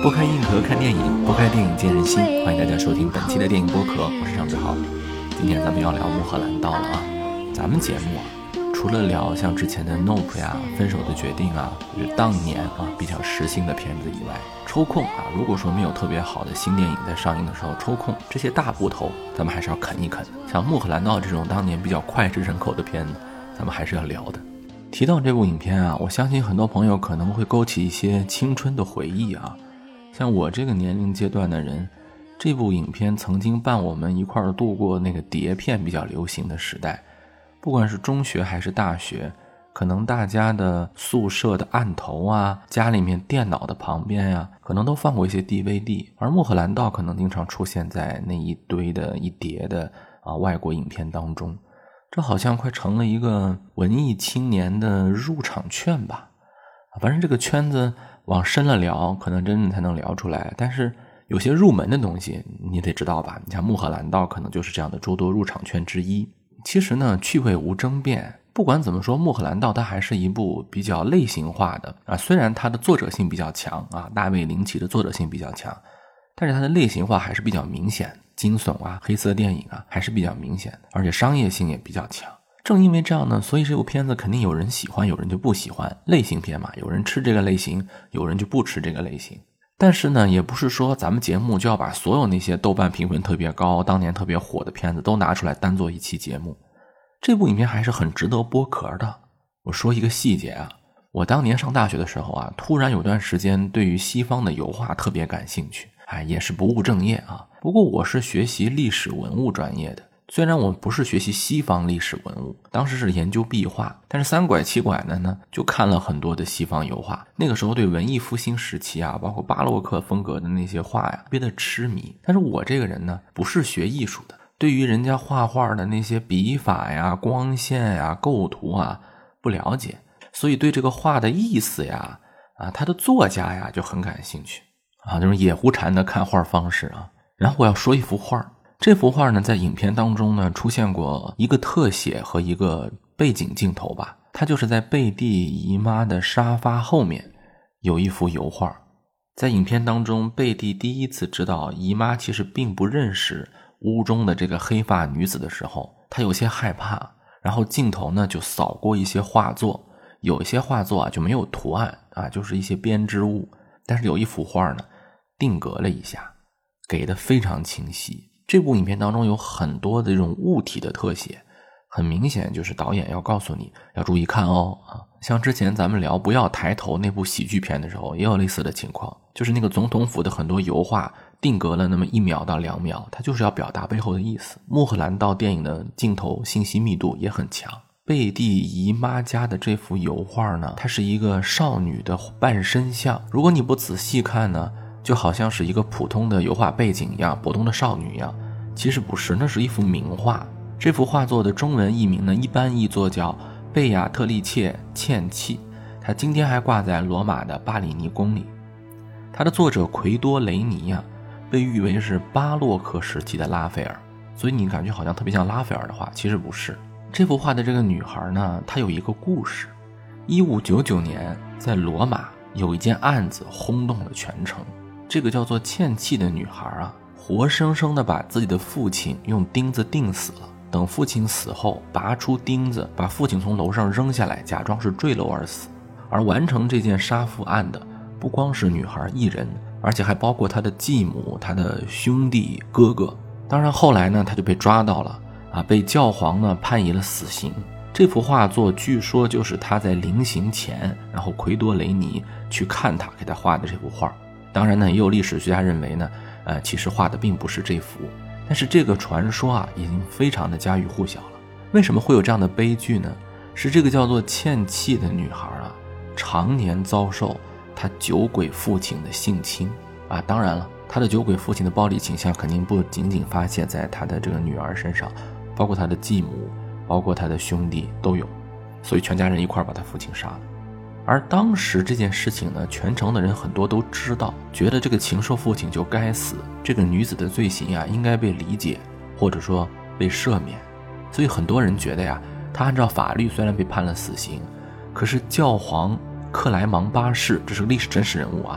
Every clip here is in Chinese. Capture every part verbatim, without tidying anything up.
拨开硬壳看电影，拨开电影见人心，欢迎大家收听本期的电影播客，我是张志豪。今天咱们要聊穆赫兰道了啊。咱们节目啊，除了聊像之前的 Nope 呀、分手的决定啊，就是当年啊比较时兴的片子以外，抽空啊，如果说没有特别好的新电影在上映的时候，抽空这些大部头咱们还是要啃一啃。像穆赫兰道这种当年比较脍炙人口的片子，咱们还是要聊的。提到这部影片啊，我相信很多朋友可能会勾起一些青春的回忆啊。像我这个年龄阶段的人，这部影片曾经伴我们一块儿度过那个碟片比较流行的时代。不管是中学还是大学，可能大家的宿舍的案头啊，家里面电脑的旁边呀、啊，可能都放过一些 D V D， 而穆赫兰道可能经常出现在那一堆的一叠的啊外国影片当中。这好像快成了一个文艺青年的入场券吧。反正这个圈子往深了聊，可能真的才能聊出来。但是有些入门的东西你得知道吧，你像穆赫兰道可能就是这样的诸多入场券之一。其实呢，去伪无争辩，不管怎么说，穆赫兰道它还是一部比较类型化的啊。虽然它的作者性比较强啊，大卫林奇的作者性比较强，但是它的类型化还是比较明显，惊悚啊、黑色电影啊还是比较明显的，而且商业性也比较强。正因为这样呢，所以这部片子肯定有人喜欢，有人就不喜欢。类型片嘛，有人吃这个类型，有人就不吃这个类型。但是呢，也不是说咱们节目就要把所有那些豆瓣评分特别高、当年特别火的片子都拿出来单做一期节目。这部影片还是很值得剥壳的。我说一个细节啊，我当年上大学的时候啊，突然有段时间对于西方的油画特别感兴趣，哎，也是不务正业啊。不过我是学习历史文物专业的。虽然我不是学习西方历史文物，当时是研究壁画，但是三拐七拐的呢，就看了很多的西方油画。那个时候对文艺复兴时期啊，包括巴洛克风格的那些画呀，特别的痴迷。但是我这个人呢，不是学艺术的，对于人家画画的那些笔法呀、光线呀、构图啊，不了解，所以对这个画的意思呀、啊，他的作家呀，就很感兴趣啊，这种野狐禅的看画方式啊。然后我要说一幅画。这幅画呢，在影片当中呢，出现过一个特写和一个背景镜头吧。它就是在贝蒂姨妈的沙发后面有一幅油画。在影片当中，贝蒂第一次知道姨妈其实并不认识屋中的这个黑发女子的时候，她有些害怕。然后镜头呢就扫过一些画作，有一些画作啊就没有图案啊，就是一些编织物。但是有一幅画呢，定格了一下，给的非常清晰。这部影片当中有很多的这种物体的特写，很明显就是导演要告诉你要注意看哦啊！像之前咱们聊不要抬头那部喜剧片的时候，也有类似的情况，就是那个总统府的很多油画定格了那么一秒到两秒，它就是要表达背后的意思。穆赫兰道电影的镜头信息密度也很强。贝蒂姨妈家的这幅油画呢，它是一个少女的半身像，如果你不仔细看呢，就好像是一个普通的油画背景一样，普通的少女一样，其实不是，那是一幅名画。这幅画作的中文译名呢，一般译作叫贝亚特丽切嵌器，它今天还挂在罗马的巴里尼宫里。它的作者奎多雷尼啊，被誉为是巴洛克时期的拉斐尔，所以你感觉好像特别像拉斐尔的画，其实不是。这幅画的这个女孩呢，她有一个故事。一五九九年，在罗马有一件案子轰动了全城。这个叫做嵌器的女孩啊，活生生的把自己的父亲用钉子钉死了。等父亲死后，拔出钉子，把父亲从楼上扔下来，假装是坠楼而死。而完成这件杀父案的，不光是女孩一人，而且还包括她的继母、她的兄弟、哥哥。当然后来呢，他就被抓到了啊，被教皇呢判以了死刑。这幅画作据说就是他在临刑前，然后奎多雷尼去看他给他画的这幅画。当然呢，也有历史学家认为呢，呃，其实画的并不是这幅，但是这个传说啊，已经非常的家喻户晓了。为什么会有这样的悲剧呢？是这个叫做嵌器的女孩啊，常年遭受她酒鬼父亲的性侵啊。当然了，她的酒鬼父亲的暴力倾向肯定不仅仅发泄在她的这个女儿身上，包括她的继母，包括她的兄弟都有，所以全家人一块把她父亲杀了。而当时这件事情呢，全城的人很多都知道，觉得这个禽兽父亲就该死，这个女子的罪行啊应该被理解，或者说被赦免。所以很多人觉得呀，他按照法律虽然被判了死刑，可是教皇克莱芒八世，这是个历史真实人物啊，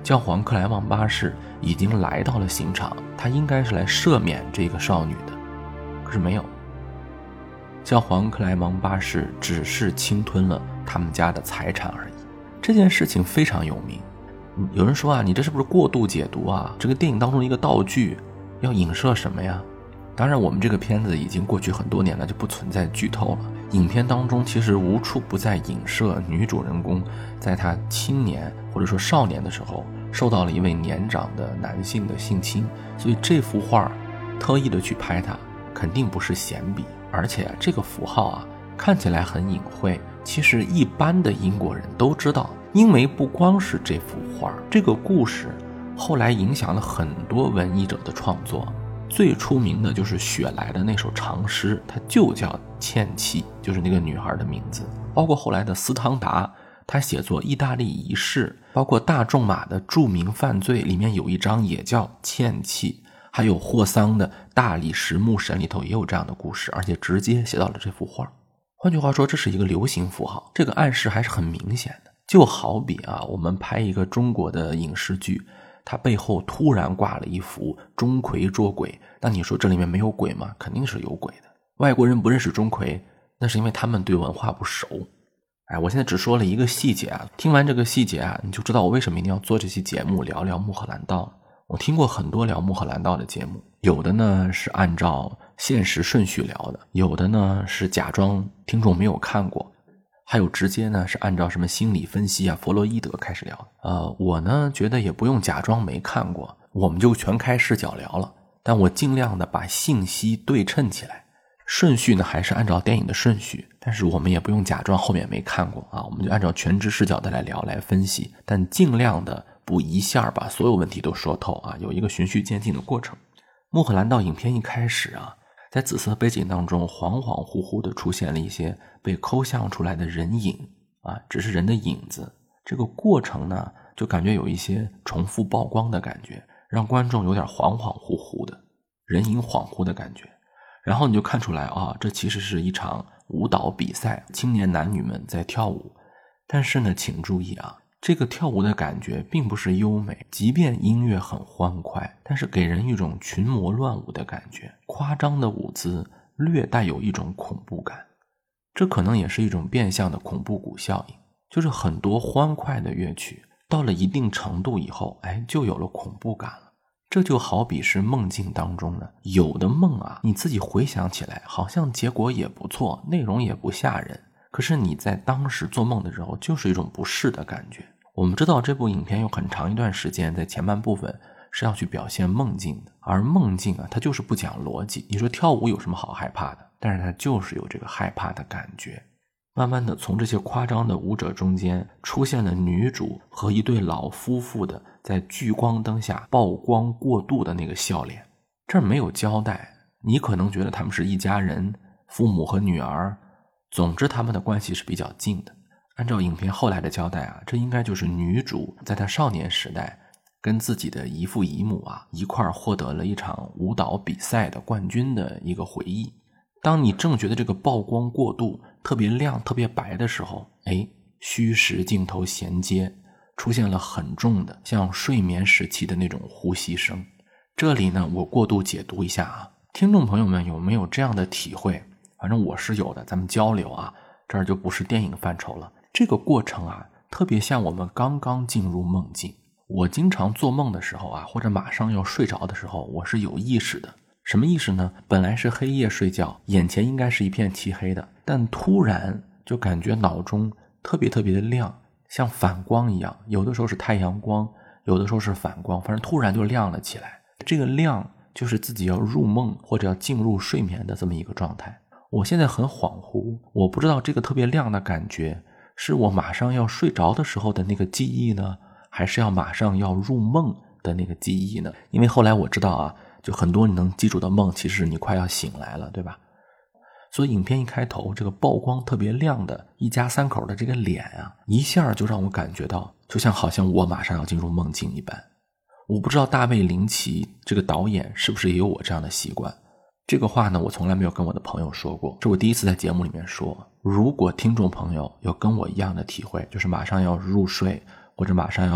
教皇克莱芒八世已经来到了刑场，他应该是来赦免这个少女的，可是没有。教皇克莱芒八世只是侵吞了他们家的财产而已。这件事情非常有名。有人说啊，你这是不是过度解读啊？这个电影当中的一个道具要影射什么呀？当然我们这个片子已经过去很多年了，就不存在剧透了。影片当中其实无处不在影射女主人公在她青年或者说少年的时候受到了一位年长的男性的性侵，所以这幅画特意的去拍它肯定不是闲笔。而且这个符号啊看起来很隐晦，其实一般的英国人都知道，因为不光是这幅画，这个故事后来影响了很多文艺者的创作。最出名的就是雪莱的那首长诗，它就叫欠契，就是那个女孩的名字。包括后来的斯汤达，他写作意大利遗事，包括大仲马的著名犯罪里面有一章也叫欠契，还有霍桑的大理石牧神里头也有这样的故事，而且直接写到了这幅画。换句话说，这是一个流行符号，这个暗示还是很明显的。就好比啊，我们拍一个中国的影视剧，它背后突然挂了一幅钟馗捉鬼，那你说这里面没有鬼吗？肯定是有鬼的。外国人不认识钟馗，那是因为他们对文化不熟。哎，我现在只说了一个细节啊，听完这个细节啊，你就知道我为什么一定要做这期节目聊聊穆赫兰道了。我听过很多聊穆赫兰道的节目，有的呢是按照现实顺序聊的，有的呢是假装听众没有看过，还有直接呢是按照什么心理分析啊、弗洛伊德开始聊的。呃，我呢觉得也不用假装没看过，我们就全开视角聊了，但我尽量的把信息对称起来，顺序呢还是按照电影的顺序，但是我们也不用假装后面没看过啊，我们就按照全知视角的来聊来分析，但尽量的不一下把所有问题都说透啊，有一个循序渐进的过程。穆赫兰道影片一开始啊，在紫色背景当中恍恍惚惚的出现了一些被抠像出来的人影啊，只是人的影子。这个过程呢，就感觉有一些重复曝光的感觉，让观众有点恍恍惚惚的人影恍惚的感觉。然后你就看出来啊，这其实是一场舞蹈比赛，青年男女们在跳舞。但是呢，请注意啊，这个跳舞的感觉并不是优美，即便音乐很欢快，但是给人一种群魔乱舞的感觉，夸张的舞姿略带有一种恐怖感。这可能也是一种变相的恐怖谷效应，就是很多欢快的乐曲到了一定程度以后，哎，就有了恐怖感了。这就好比是梦境当中呢，有的梦啊，你自己回想起来好像结果也不错，内容也不吓人，可是你在当时做梦的时候就是一种不适的感觉。我们知道这部影片有很长一段时间在前半部分是要去表现梦境的，而梦境啊，它就是不讲逻辑。你说跳舞有什么好害怕的？但是它就是有这个害怕的感觉。慢慢的从这些夸张的舞者中间出现了女主和一对老夫妇的在聚光灯下曝光过度的那个笑脸。这儿没有交代，你可能觉得他们是一家人，父母和女儿，总之他们的关系是比较近的。按照影片后来的交代啊，这应该就是女主在她少年时代跟自己的姨父姨母啊一块儿获得了一场舞蹈比赛的冠军的一个回忆。当你正觉得这个曝光过度特别亮特别白的时候，哎，虚实镜头衔接，出现了很重的像睡眠时期的那种呼吸声。这里呢我过度解读一下啊，听众朋友们有没有这样的体会？反正我是有的，咱们交流啊，这儿就不是电影范畴了。这个过程啊特别像我们刚刚进入梦境。我经常做梦的时候啊，或者马上要睡着的时候，我是有意识的。什么意思呢？本来是黑夜睡觉，眼前应该是一片漆黑的，但突然就感觉脑中特别特别的亮，像反光一样，有的时候是太阳光，有的时候是反光，反正突然就亮了起来。这个亮就是自己要入梦或者要进入睡眠的这么一个状态。我现在很恍惚，我不知道这个特别亮的感觉是我马上要睡着的时候的那个记忆呢，还是要马上要入梦的那个记忆呢？因为后来我知道啊，就很多你能记住的梦其实你快要醒来了，对吧？所以影片一开头这个曝光特别亮的一家三口的这个脸啊，一下就让我感觉到就像好像我马上要进入梦境一般。我不知道大卫林奇这个导演是不是也有我这样的习惯。这个话呢我从来没有跟我的朋友说过，这我第一次在节目里面说。如果听众朋友有跟我一样的体会，就是马上要入睡或者马上要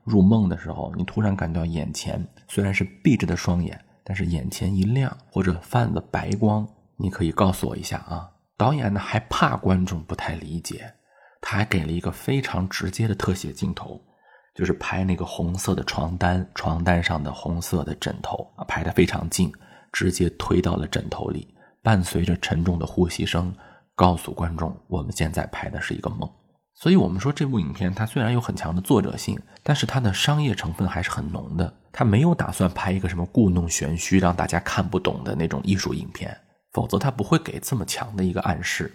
入梦的时候，你突然感到眼前虽然是闭着的双眼，但是眼前一亮，或者泛了白光，你可以告诉我一下啊。导演呢还怕观众不太理解，他还给了一个非常直接的特写镜头，就是拍那个红色的床单，床单上的红色的枕头啊，拍得非常近，直接推到了枕头里，伴随着沉重的呼吸声，告诉观众我们现在拍的是一个梦。所以我们说这部影片它虽然有很强的作者性，但是它的商业成分还是很浓的，它没有打算拍一个什么故弄玄虚让大家看不懂的那种艺术影片，否则它不会给这么强的一个暗示。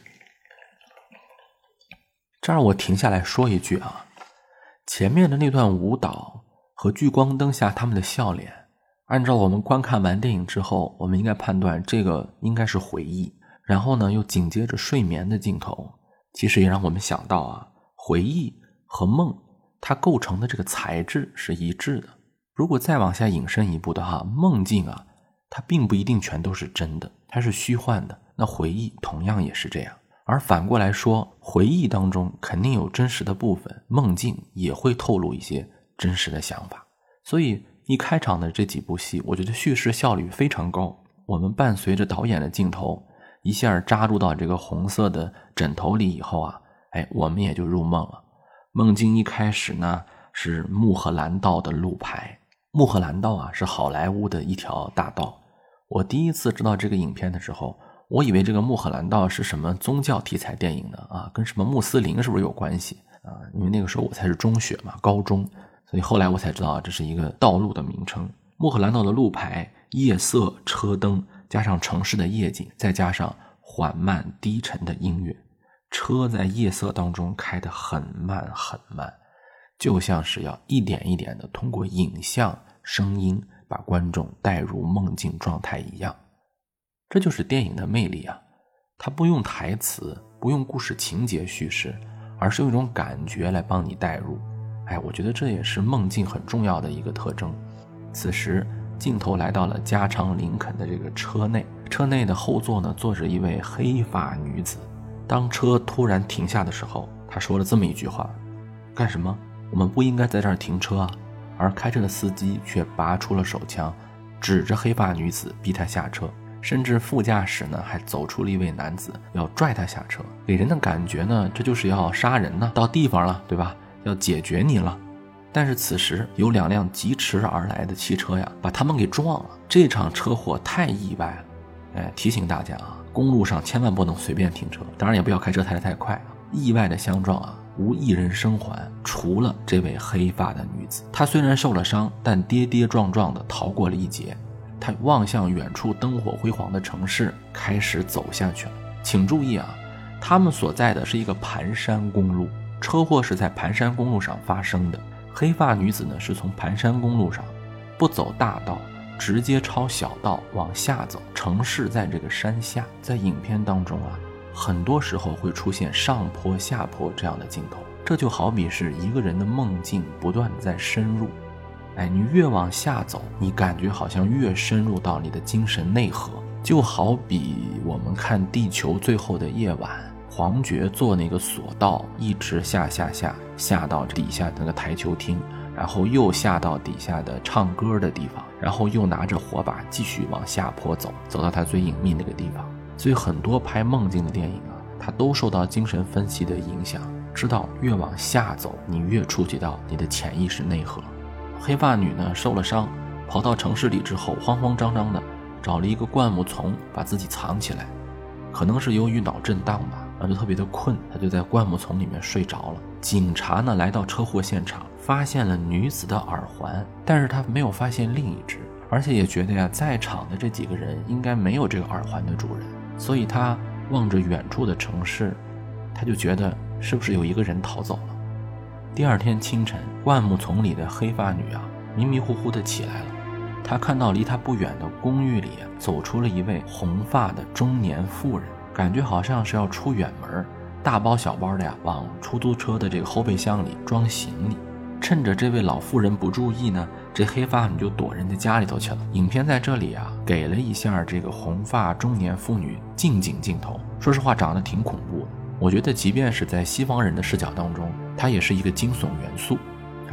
这儿我停下来说一句啊，前面的那段舞蹈和聚光灯下他们的笑脸，按照我们观看完电影之后，我们应该判断这个应该是回忆，然后呢又紧接着睡眠的镜头，其实也让我们想到啊，回忆和梦它构成的这个材质是一致的。如果再往下引申一步的话，梦境啊它并不一定全都是真的，它是虚幻的，那回忆同样也是这样。而反过来说，回忆当中肯定有真实的部分，梦境也会透露一些真实的想法。所以一开场的这几部戏，我觉得叙事效率非常高。我们伴随着导演的镜头一下扎入到这个红色的枕头里以后啊，哎，我们也就入梦了。梦境一开始呢是穆赫兰道的路牌，穆赫兰道啊是好莱坞的一条大道。我第一次知道这个影片的时候，我以为这个穆赫兰道是什么宗教题材电影呢啊，跟什么穆斯林是不是有关系啊？因为那个时候我才是中学嘛，高中，所以后来我才知道这是一个道路的名称。穆赫兰道的路牌，夜色、车灯，加上城市的夜景，再加上缓慢低沉的音乐，车在夜色当中开得很慢很慢，就像是要一点一点的通过影像、声音把观众带入梦境状态一样。这就是电影的魅力啊，它不用台词，不用故事情节叙事，而是用一种感觉来帮你带入。哎，我觉得这也是梦境很重要的一个特征。此时镜头来到了加长林肯的这个车内，车内的后座呢坐着一位黑发女子。当车突然停下的时候，她说了这么一句话：干什么？我们不应该在这儿停车啊。而开车的司机却拔出了手枪，指着黑发女子逼她下车，甚至副驾驶呢还走出了一位男子要拽她下车，给人的感觉呢这就是要杀人呢，到地方了对吧，要解决你了。但是此时有两辆疾驰而来的汽车呀把他们给撞了，这场车祸太意外了。哎，提醒大家啊，公路上千万不能随便停车，当然也不要开车开得太快啊。意外的相撞啊，无一人生还，除了这位黑发的女子。她虽然受了伤，但跌跌撞撞地逃过了一劫。她望向远处灯火辉煌的城市，开始走下去了。请注意啊，他们所在的是一个盘山公路，车祸是在盘山公路上发生的。黑发女子呢是从盘山公路上不走大道，直接抄小道往下走。城市在这个山下，在影片当中啊，很多时候会出现上坡下坡这样的镜头，这就好比是一个人的梦境不断的在深入。哎，你越往下走，你感觉好像越深入到你的精神内核，就好比我们看地球最后的夜晚，黄觉坐那个索道一直下下下下到底下那个台球厅，然后又下到底下的唱歌的地方，然后又拿着火把继续往下坡走，走到他最隐秘那个地方。所以很多拍梦境的电影啊，它都受到精神分析的影响，知道越往下走你越触及到你的潜意识内核。黑发女呢受了伤，跑到城市里之后慌慌张张的找了一个灌木丛把自己藏起来，可能是由于脑震荡吧，然后就特别的困，她就在灌木丛里面睡着了。警察呢来到车祸现场，发现了女子的耳环，但是他没有发现另一只，而且也觉得呀，在场的这几个人应该没有这个耳环的主人，所以他望着远处的城市，他就觉得是不是有一个人逃走了。第二天清晨，灌木丛里的黑发女啊迷迷糊糊的起来了，她看到离她不远的公寓里走出了一位红发的中年妇人，感觉好像是要出远门，大包小包的呀往出租车的这个后备箱里装行李。趁着这位老妇人不注意呢，这黑发女就躲人家家里头去了。影片在这里啊给了一下这个红发中年妇女近景镜头，说实话长得挺恐怖的。我觉得即便是在西方人的视角当中，它也是一个惊悚元素啊。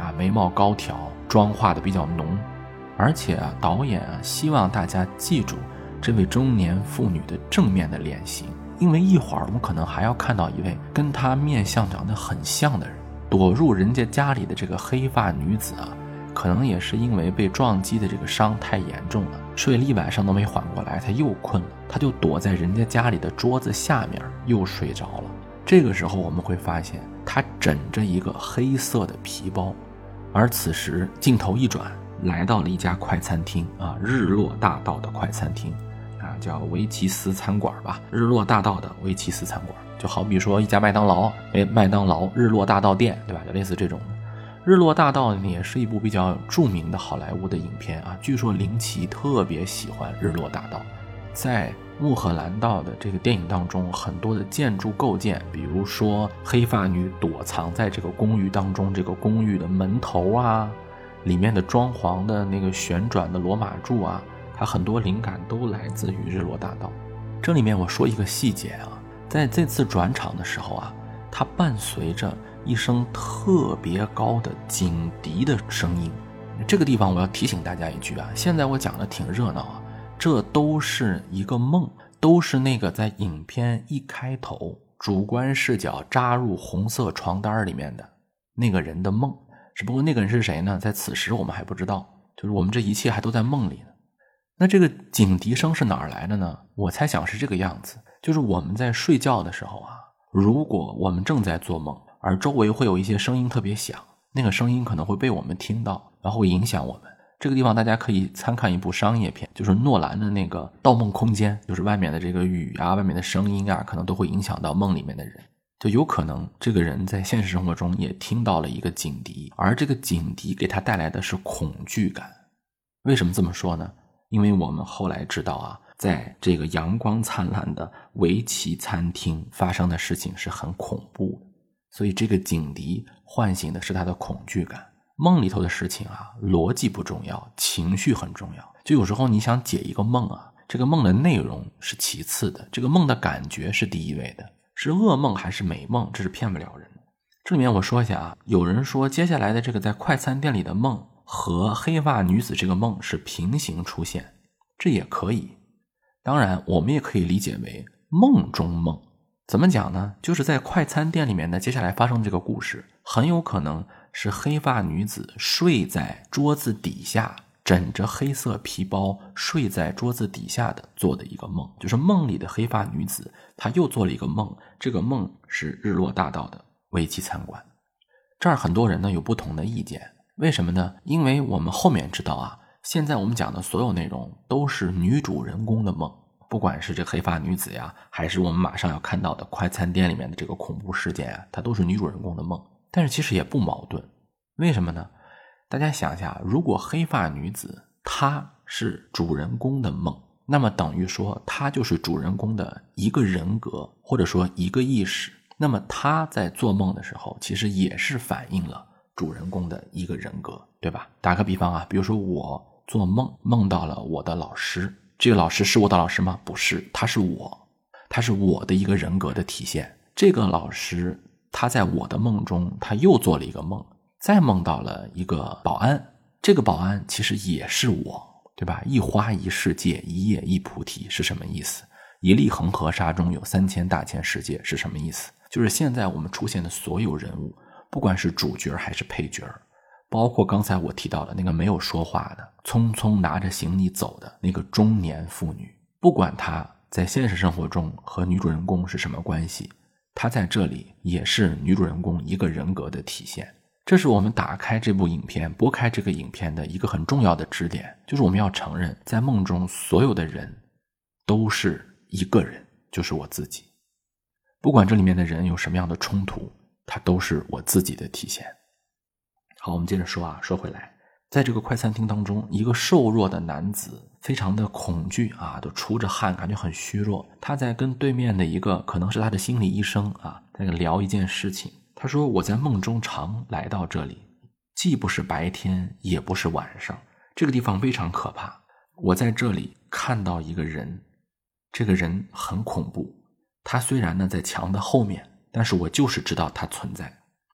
啊，眉毛高挑，妆化的比较浓，而且啊，导演啊希望大家记住这位中年妇女的正面的脸型，因为一会儿我们可能还要看到一位跟她面相长得很像的人。躲入人家家里的这个黑发女子啊，可能也是因为被撞击的这个伤太严重了，睡了一晚上都没缓过来，她又困了，她就躲在人家家里的桌子下面又睡着了。这个时候我们会发现她枕着一个黑色的皮包，而此时镜头一转，来到了一家快餐厅啊，日落大道的快餐厅啊，叫维奇斯餐馆吧，日落大道的维奇斯餐馆，就好比说一家麦当劳，哎，麦当劳日落大道店，对吧？就类似这种的。日落大道呢，也是一部比较著名的好莱坞的影片啊，据说林奇特别喜欢日落大道。在穆赫兰道的这个电影当中，很多的建筑构建，比如说黑发女躲藏在这个公寓当中，这个公寓的门头啊，里面的装潢的那个旋转的罗马柱啊，它很多灵感都来自于日落大道。这里面我说一个细节啊，在这次转场的时候啊，它伴随着一声特别高的警笛的声音。这个地方我要提醒大家一句啊，现在我讲的挺热闹啊，这都是一个梦，都是那个在影片一开头主观视角扎入红色床单里面的那个人的梦。只不过那个人是谁呢？在此时我们还不知道，就是我们这一切还都在梦里呢。那这个警笛声是哪儿来的呢？我猜想是这个样子，就是我们在睡觉的时候啊，如果我们正在做梦，而周围会有一些声音特别响，那个声音可能会被我们听到，然后会影响我们。这个地方大家可以参看一部商业片，就是诺兰的那个《盗梦空间》，就是外面的这个雨啊，外面的声音啊，可能都会影响到梦里面的人。就有可能这个人在现实生活中也听到了一个警笛，而这个警笛给他带来的是恐惧感。为什么这么说呢？因为我们后来知道啊，在这个阳光灿烂的维奇餐厅发生的事情是很恐怖的，所以这个警笛唤醒的是他的恐惧感。梦里头的事情啊，逻辑不重要，情绪很重要。就有时候你想解一个梦啊，这个梦的内容是其次的，这个梦的感觉是第一位的。是噩梦还是美梦，这是骗不了人。这里面我说一下啊，有人说接下来的这个在快餐店里的梦和黑发女子这个梦是平行出现，这也可以。当然我们也可以理解为梦中梦。怎么讲呢？就是在快餐店里面呢，接下来发生这个故事很有可能是黑发女子睡在桌子底下，枕着黑色皮包睡在桌子底下的做的一个梦，就是梦里的黑发女子她又做了一个梦，这个梦是日落大道的维奇餐馆。这儿很多人呢有不同的意见，为什么呢？因为我们后面知道啊，现在我们讲的所有内容都是女主人公的梦，不管是这黑发女子呀，还是我们马上要看到的快餐店里面的这个恐怖事件啊，它都是女主人公的梦。但是其实也不矛盾，为什么呢？大家想一下，如果黑发女子她是主人公的梦，那么等于说她就是主人公的一个人格，或者说一个意识。那么她在做梦的时候，其实也是反映了主人公的一个人格，对吧？打个比方啊，比如说我做梦梦到了我的老师，这个老师是我的老师吗？不是，他是我，他是我的一个人格的体现。这个老师他在我的梦中，他又做了一个梦，再梦到了一个保安，这个保安其实也是我，对吧？一花一世界，一叶一菩提是什么意思？一粒恒河沙中有三千大千世界是什么意思？就是现在我们出现的所有人物，不管是主角还是配角，包括刚才我提到的那个没有说话的匆匆拿着行李走的那个中年妇女，不管她在现实生活中和女主人公是什么关系，她在这里也是女主人公一个人格的体现。这是我们打开这部影片，拨开这个影片的一个很重要的支点，就是我们要承认，在梦中所有的人都是一个人，就是我自己。不管这里面的人有什么样的冲突，它都是我自己的体现。好，我们接着说啊，说回来，在这个快餐厅当中，一个瘦弱的男子非常的恐惧啊，都出着汗，感觉很虚弱。他在跟对面的一个可能是他的心理医生啊，在聊一件事情。他说，我在梦中常来到这里，既不是白天也不是晚上，这个地方非常可怕。我在这里看到一个人，这个人很恐怖，他虽然呢在墙的后面，但是我就是知道他存在。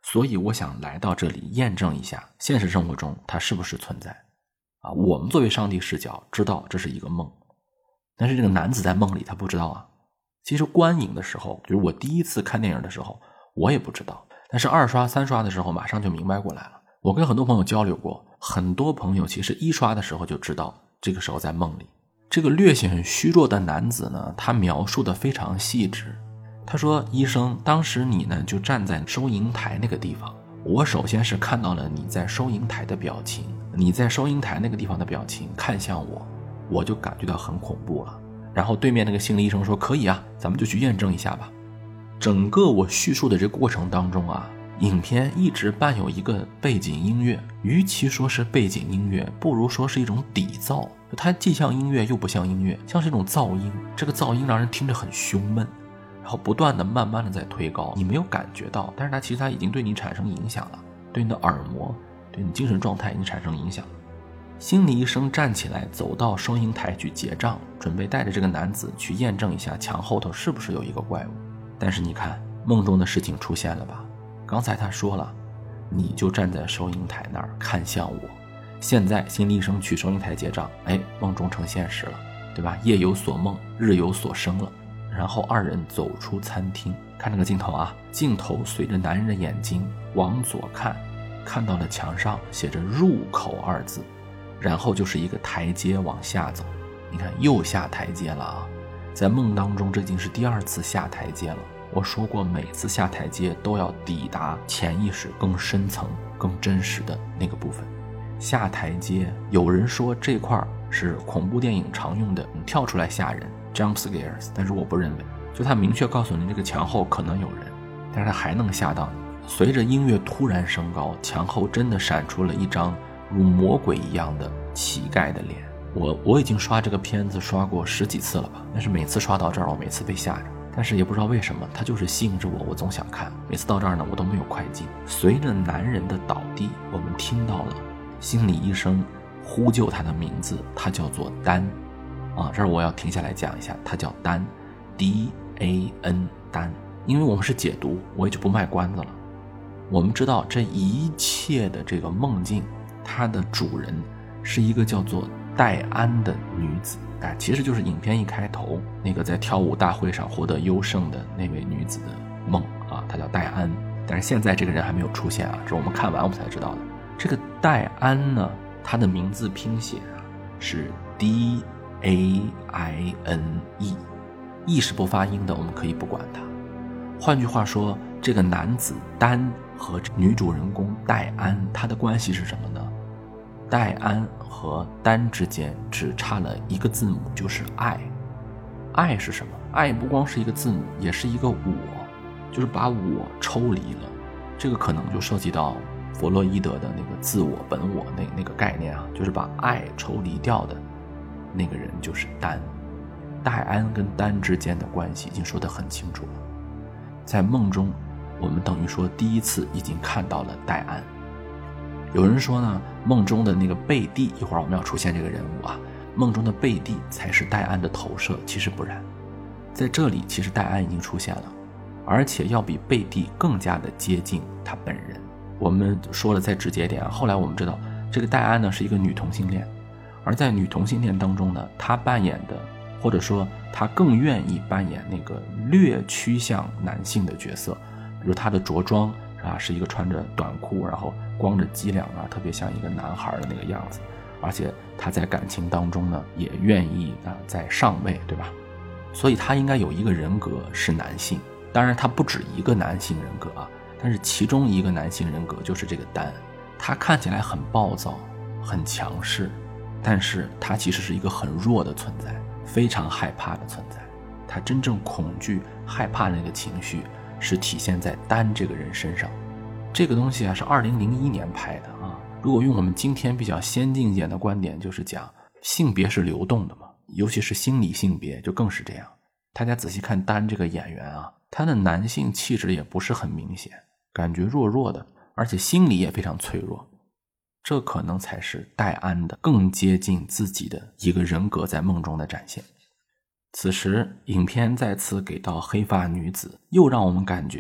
所以我想来到这里验证一下现实生活中它是不是存在啊。我们作为上帝视角知道这是一个梦，但是这个男子在梦里他不知道啊。其实观影的时候，就是我第一次看电影的时候我也不知道，但是二刷三刷的时候马上就明白过来了。我跟很多朋友交流过，很多朋友其实一刷的时候就知道这个时候在梦里。这个略显虚弱的男子呢，他描述的非常细致。他说，医生，当时你呢就站在收银台那个地方，我首先是看到了你在收银台的表情，你在收银台那个地方的表情看向我，我就感觉到很恐怖了。然后对面那个心理医生说，可以啊，咱们就去验证一下吧。整个我叙述的这个过程当中啊，影片一直伴有一个背景音乐，与其说是背景音乐，不如说是一种底噪，它既像音乐又不像音乐，像是一种噪音，这个噪音让人听着很胸闷，然后不断的慢慢的在推高，你没有感觉到，但是它其实它已经对你产生影响了，对你的耳膜，对你精神状态已经产生影响了。心理医生站起来走到收银台去结账，准备带着这个男子去验证一下墙后头是不是有一个怪物。但是你看，梦中的事情出现了吧？刚才他说了，你就站在收银台那儿看向我。现在心理医生去收银台结账，哎，梦中成现实了，对吧？夜有所梦，日有所生了。然后二人走出餐厅，看这个镜头啊，镜头随着男人的眼睛往左看，看到了墙上写着入口二字，然后就是一个台阶往下走。你看又下台阶了啊！在梦当中这已经是第二次下台阶了。我说过，每次下台阶都要抵达潜意识更深层更真实的那个部分。下台阶，有人说这块是恐怖电影常用的跳出来吓人 jump scares， 但是我不认为，就他明确告诉你这个墙后可能有人，但是他还能吓到你。随着音乐突然升高，墙后真的闪出了一张如魔鬼一样的乞丐的脸。我我已经刷这个片子刷过十几次了吧，但是每次刷到这儿我每次被吓着，但是也不知道为什么它就是吸引着我，我总想看。每次到这儿呢我都没有快进。随着男人的倒地，我们听到了心理医生呼救他的名字，他叫做丹啊，这儿我要停下来讲一下，他叫丹 D A N 丹，因为我们是解读，我也就不卖关子了。我们知道这一切的这个梦境，它的主人是一个叫做戴安的女子，哎，其实就是影片一开头那个在跳舞大会上获得优胜的那位女子的梦啊，她叫戴安。但是现在这个人还没有出现啊，这是我们看完我们才知道的。这个戴安呢，她的名字拼写啊是 D A I N E，E 是不发音的，我们可以不管它。换句话说，这个男子丹和女主人公戴安，他的关系是什么呢？戴安和丹之间只差了一个字母，就是爱。爱是什么？爱不光是一个字母，也是一个我，就是把我抽离了。这个可能就涉及到弗洛伊德的那个自我本我那那个概念啊，就是把爱抽离掉的那个人就是丹。戴安跟丹之间的关系已经说得很清楚了。在梦中，我们等于说第一次已经看到了戴安。有人说呢，梦中的那个贝蒂，一会儿我们要出现这个人物啊，梦中的贝蒂才是戴安的投射，其实不然。在这里其实戴安已经出现了，而且要比贝蒂更加的接近他本人。我们说了再直接点啊，后来我们知道这个戴安呢是一个女同性恋，而在女同性恋当中呢，她扮演的或者说她更愿意扮演那个略趋向男性的角色，比如她的着装啊是一个穿着短裤然后光着脊梁啊，特别像一个男孩的那个样子，而且她在感情当中呢也愿意啊在上位，对吧？所以她应该有一个人格是男性，当然她不止一个男性人格啊，但是其中一个男性人格就是这个丹。他看起来很暴躁很强势，但是他其实是一个很弱的存在，非常害怕的存在。他真正恐惧害怕那个情绪是体现在丹这个人身上。这个东西啊是二零零一年拍的啊，如果用我们今天比较先进一点的观点，就是讲性别是流动的嘛，尤其是心理性别就更是这样。大家仔细看丹这个演员啊，他的男性气质也不是很明显，感觉弱弱的，而且心理也非常脆弱。这可能才是戴安的更接近自己的一个人格在梦中的展现。此时影片再次给到黑发女子，又让我们感觉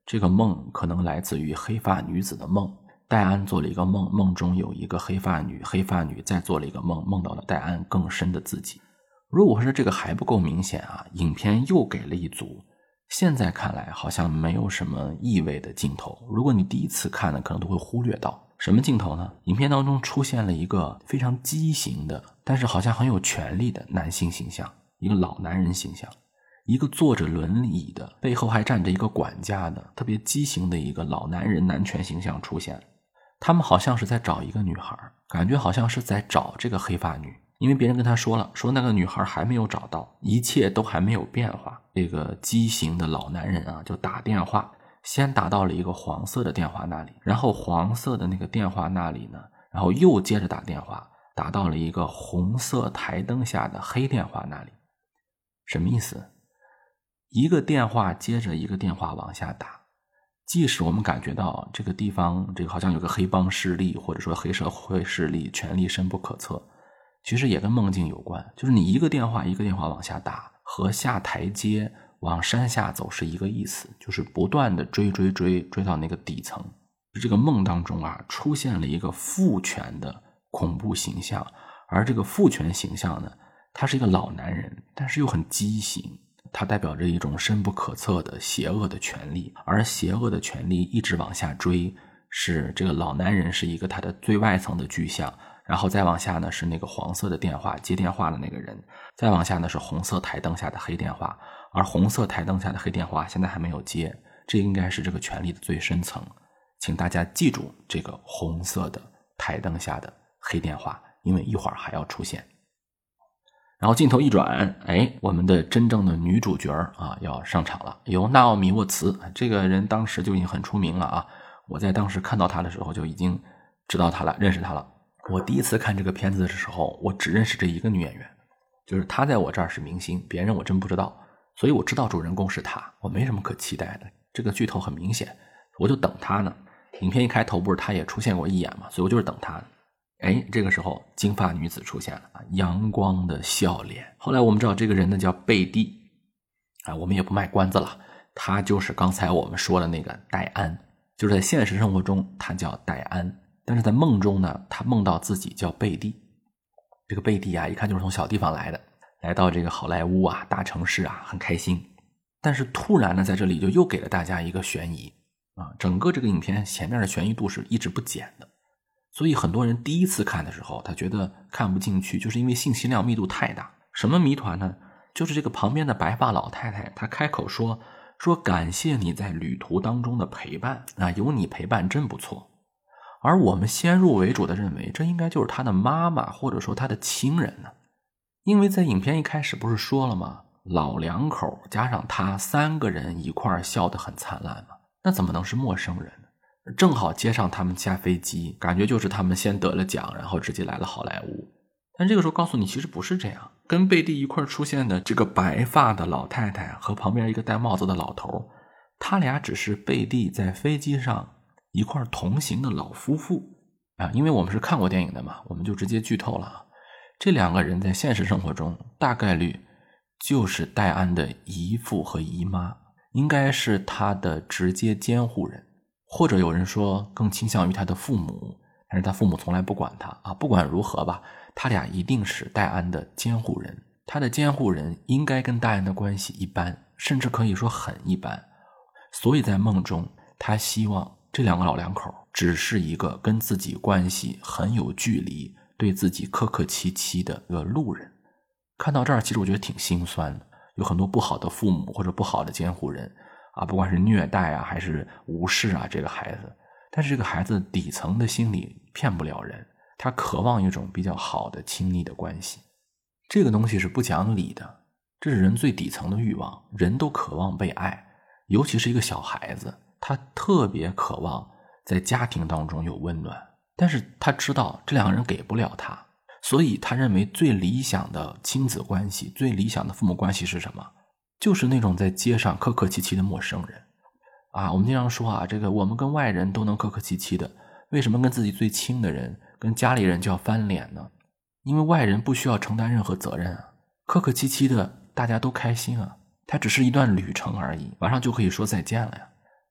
这个梦可能来自于黑发女子的梦，戴安做了一个梦，梦中有一个黑发女，黑发女再做了一个梦，梦到了戴安更深的自己。如果是这个还不够明显啊，影片又给了一组现在看来好像没有什么意味的镜头，如果你第一次看呢，可能都会忽略到。什么镜头呢？影片当中出现了一个非常畸形的，但是好像很有权力的男性形象，一个老男人形象，一个坐着轮椅的，背后还站着一个管家的，特别畸形的一个老男人男权形象出现。他们好像是在找一个女孩，感觉好像是在找这个黑发女，因为别人跟他说了，说那个女孩还没有找到，一切都还没有变化。这个畸形的老男人啊，就打电话，先打到了一个黄色的电话那里，然后黄色的那个电话那里呢，然后又接着打电话，打到了一个红色台灯下的黑电话那里。什么意思？一个电话接着一个电话往下打，即使我们感觉到这个地方这个好像有个黑帮势力，或者说黑社会势力权力深不可测，其实也跟梦境有关，就是你一个电话一个电话往下打，和下台阶往山下走是一个意思，就是不断的追追追追到那个底层。这个梦当中啊，出现了一个父权的恐怖形象，而这个父权形象呢，他是一个老男人，但是又很畸形，它代表着一种深不可测的邪恶的权力，而邪恶的权力一直往下追，是这个老男人是一个他的最外层的具象，然后再往下呢是那个黄色的电话接电话的那个人，再往下呢是红色台灯下的黑电话，而红色台灯下的黑电话现在还没有接，这应该是这个权力的最深层。请大家记住这个红色的台灯下的黑电话，因为一会儿还要出现。然后镜头一转，哎，我们的真正的女主角啊要上场了，由纳奥米沃茨，这个人当时就已经很出名了啊，我在当时看到她的时候就已经知道她了，认识她了。我第一次看这个片子的时候，我只认识这一个女演员，就是她在我这儿是明星，别人我真不知道，所以我知道主人公是她，我没什么可期待的，这个剧透很明显，我就等她呢。影片一开头不是她也出现过一眼嘛，所以我就是等她。哎，这个时候金发女子出现了，阳光的笑脸。后来我们知道这个人呢叫贝蒂啊，我们也不卖关子了，她就是刚才我们说的那个戴安，就是在现实生活中她叫戴安，但是在梦中呢，她梦到自己叫贝蒂。这个贝蒂啊，一看就是从小地方来的，来到这个好莱坞啊，大城市啊，很开心。但是突然呢，在这里就又给了大家一个悬疑啊，整个这个影片前面的悬疑度是一直不减的。所以很多人第一次看的时候，他觉得看不进去，就是因为信息量密度太大。什么谜团呢？就是这个旁边的白发老太太，她开口说说感谢你在旅途当中的陪伴啊，有你陪伴真不错。而我们先入为主的认为，这应该就是她的妈妈或者说她的亲人呢，因为在影片一开始不是说了吗？老两口加上他三个人一块笑得很灿烂嘛，那怎么能是陌生人呢？正好接上他们下飞机，感觉就是他们先得了奖，然后直接来了好莱坞。但这个时候告诉你其实不是这样，跟贝蒂一块出现的这个白发的老太太和旁边一个戴帽子的老头，他俩只是贝蒂在飞机上一块同行的老夫妇啊，因为我们是看过电影的嘛，我们就直接剧透了。这两个人在现实生活中大概率就是戴安的姨父和姨妈，应该是他的直接监护人，或者有人说更倾向于他的父母，但是他父母从来不管他啊。不管如何吧，他俩一定是戴安的监护人，他的监护人应该跟戴安的关系一般，甚至可以说很一般。所以在梦中，他希望这两个老两口只是一个跟自己关系很有距离，对自己客客气气的一个路人。看到这儿，其实我觉得挺心酸的，有很多不好的父母或者不好的监护人啊，不管是虐待啊还是无视啊这个孩子，但是这个孩子底层的心理骗不了人，他渴望一种比较好的亲密的关系。这个东西是不讲理的，这是人最底层的欲望，人都渴望被爱，尤其是一个小孩子，他特别渴望在家庭当中有温暖，但是他知道这两个人给不了他，所以他认为最理想的亲子关系，最理想的父母关系是什么？就是那种在街上客客气气的陌生人啊。我们经常说啊，这个我们跟外人都能客客气气的，为什么跟自己最亲的人跟家里人就要翻脸呢？因为外人不需要承担任何责任啊，客客气气的大家都开心啊，它只是一段旅程而已，马上就可以说再见了呀。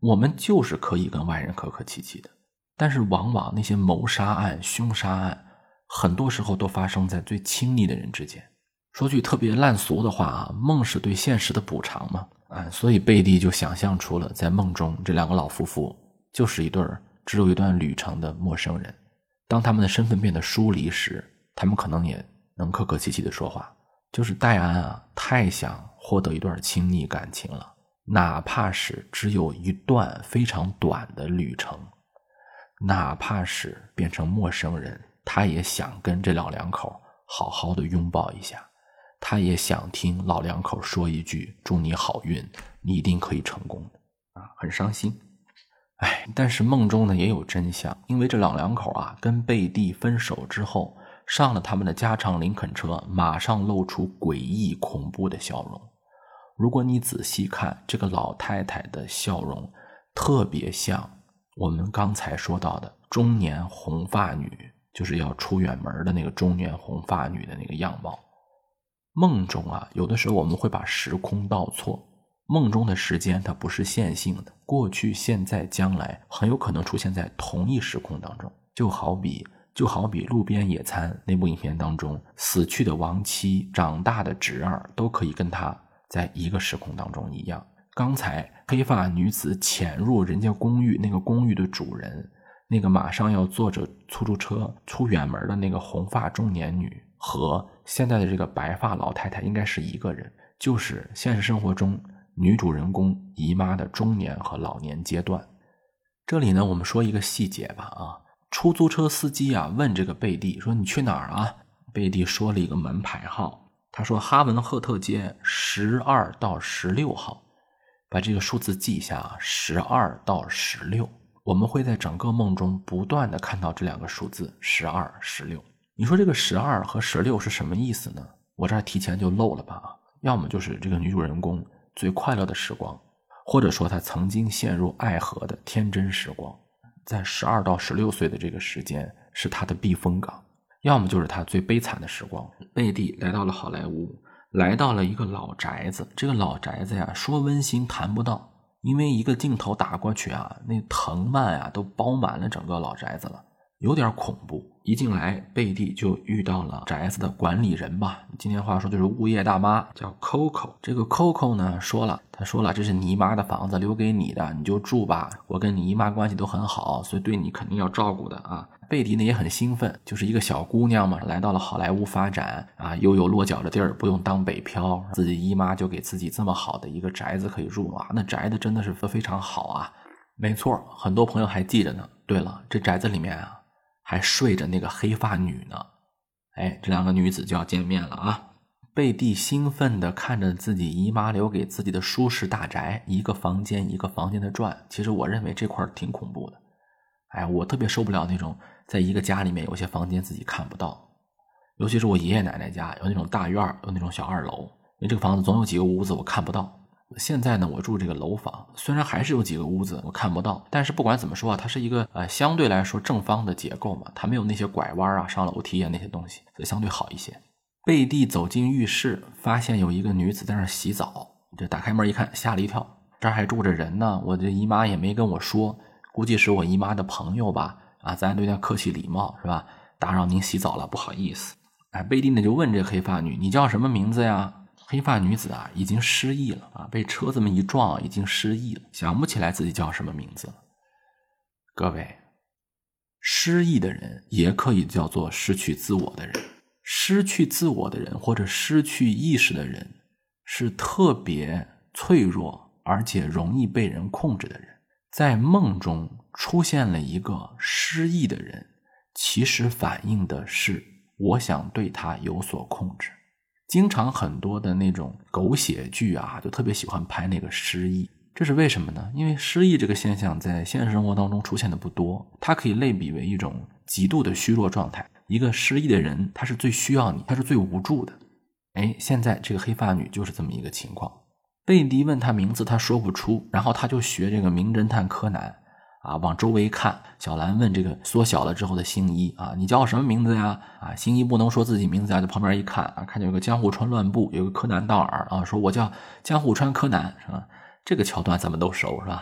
我们就是可以跟外人客客气气的，但是往往那些谋杀案、凶杀案，很多时候都发生在最亲密的人之间。说句特别烂俗的话啊，梦是对现实的补偿嘛，啊，所以贝蒂就想象出了在梦中这两个老夫妇就是一对只有一段旅程的陌生人。当他们的身份变得疏离时，他们可能也能客客气气的说话。就是戴安啊，太想获得一段亲密感情了，哪怕是只有一段非常短的旅程，哪怕是变成陌生人，他也想跟这老两口好好的拥抱一下，他也想听老两口说一句祝你好运，你一定可以成功的啊，很伤心。哎，但是梦中呢也有真相，因为这老两口啊跟贝蒂分手之后，上了他们的加长林肯车，马上露出诡异恐怖的笑容。如果你仔细看，这个老太太的笑容特别像我们刚才说到的中年红发女，就是要出远门的那个中年红发女的那个样貌。梦中啊，有的时候我们会把时空倒错，梦中的时间它不是线性的，过去、现在、将来很有可能出现在同一时空当中。就好比就好比路边野餐那部影片当中，死去的亡妻、长大的侄儿都可以跟他在一个时空当中一样。刚才黑发女子潜入人家公寓，那个公寓的主人，那个马上要坐着出租车出远门的那个红发中年女，和现在的这个白发老太太应该是一个人，就是现实生活中女主人公姨妈的中年和老年阶段。这里呢，我们说一个细节吧啊，出租车司机啊问这个贝蒂说你去哪儿啊？贝蒂说了一个门牌号，他说哈文赫特街十二到十六号，把这个数字记一下，十二到十六。我们会在整个梦中不断的看到这两个数字十二、十六。你说这个十二和十六是什么意思呢？我这儿提前就漏了吧，要么就是这个女主人公最快乐的时光，或者说她曾经陷入爱河的天真时光，在十二到十六岁的这个时间是她的避风港，要么就是她最悲惨的时光。贝蒂来到了好莱坞，来到了一个老宅子，这个老宅子呀，说温馨谈不到，因为一个镜头打过去啊，那藤蔓啊都包满了整个老宅子了，有点恐怖。一进来，贝蒂就遇到了宅子的管理人吧，今天话说就是物业大妈，叫 Coco。 这个 Coco 呢说了，他说了，这是你姨妈的房子，留给你的，你就住吧，我跟你姨妈关系都很好，所以对你肯定要照顾的啊。贝蒂呢也很兴奋，就是一个小姑娘嘛，来到了好莱坞发展啊，又有落脚的地儿，不用当北漂，自己姨妈就给自己这么好的一个宅子可以住啊，那宅子真的是非常好啊。没错，很多朋友还记着呢。对了，这宅子里面啊还睡着那个黑发女呢。哎，这两个女子就要见面了啊。贝蒂兴奋地看着自己姨妈留给自己的舒适大宅，一个房间一个房间的转。其实我认为这块挺恐怖的。哎，我特别受不了那种在一个家里面有些房间自己看不到，尤其是我爷爷奶奶家有那种大院，有那种小二楼，因为这个房子总有几个屋子我看不到。现在呢，我住这个楼房，虽然还是有几个屋子我看不到，但是不管怎么说啊，它是一个呃相对来说正方的结构嘛，它没有那些拐弯啊、上楼梯啊那些东西，所以相对好一些。贝蒂走进浴室，发现有一个女子在那儿洗澡，这打开门一看，吓了一跳，这儿还住着人呢，我这姨妈也没跟我说，估计是我姨妈的朋友吧，啊，咱对她客气礼貌是吧？打扰您洗澡了，不好意思。哎，贝蒂呢就问这黑发女，你叫什么名字呀？黑发女子啊，已经失忆了啊，被车这么一撞，已经失忆了，想不起来自己叫什么名字了。各位，失忆的人也可以叫做失去自我的人，失去自我的人或者失去意识的人，是特别脆弱而且容易被人控制的人。在梦中出现了一个失忆的人，其实反映的是我想对他有所控制。经常很多的那种狗血剧啊，就特别喜欢拍那个失忆，这是为什么呢？因为失忆这个现象在现实生活当中出现的不多，它可以类比为一种极度的虚弱状态。一个失忆的人，他是最需要你，他是最无助的。哎，现在这个黑发女就是这么一个情况。贝蒂问他名字，他说不出，然后他就学这个名侦探柯南啊，往周围看。小兰问这个缩小了之后的星一啊，你叫什么名字呀？啊，星一不能说自己名字呀，在旁边一看啊，看见有个江户川乱步，有个柯南道尔啊，说我叫江户川柯南，是吧？这个桥段咱们都熟，是吧？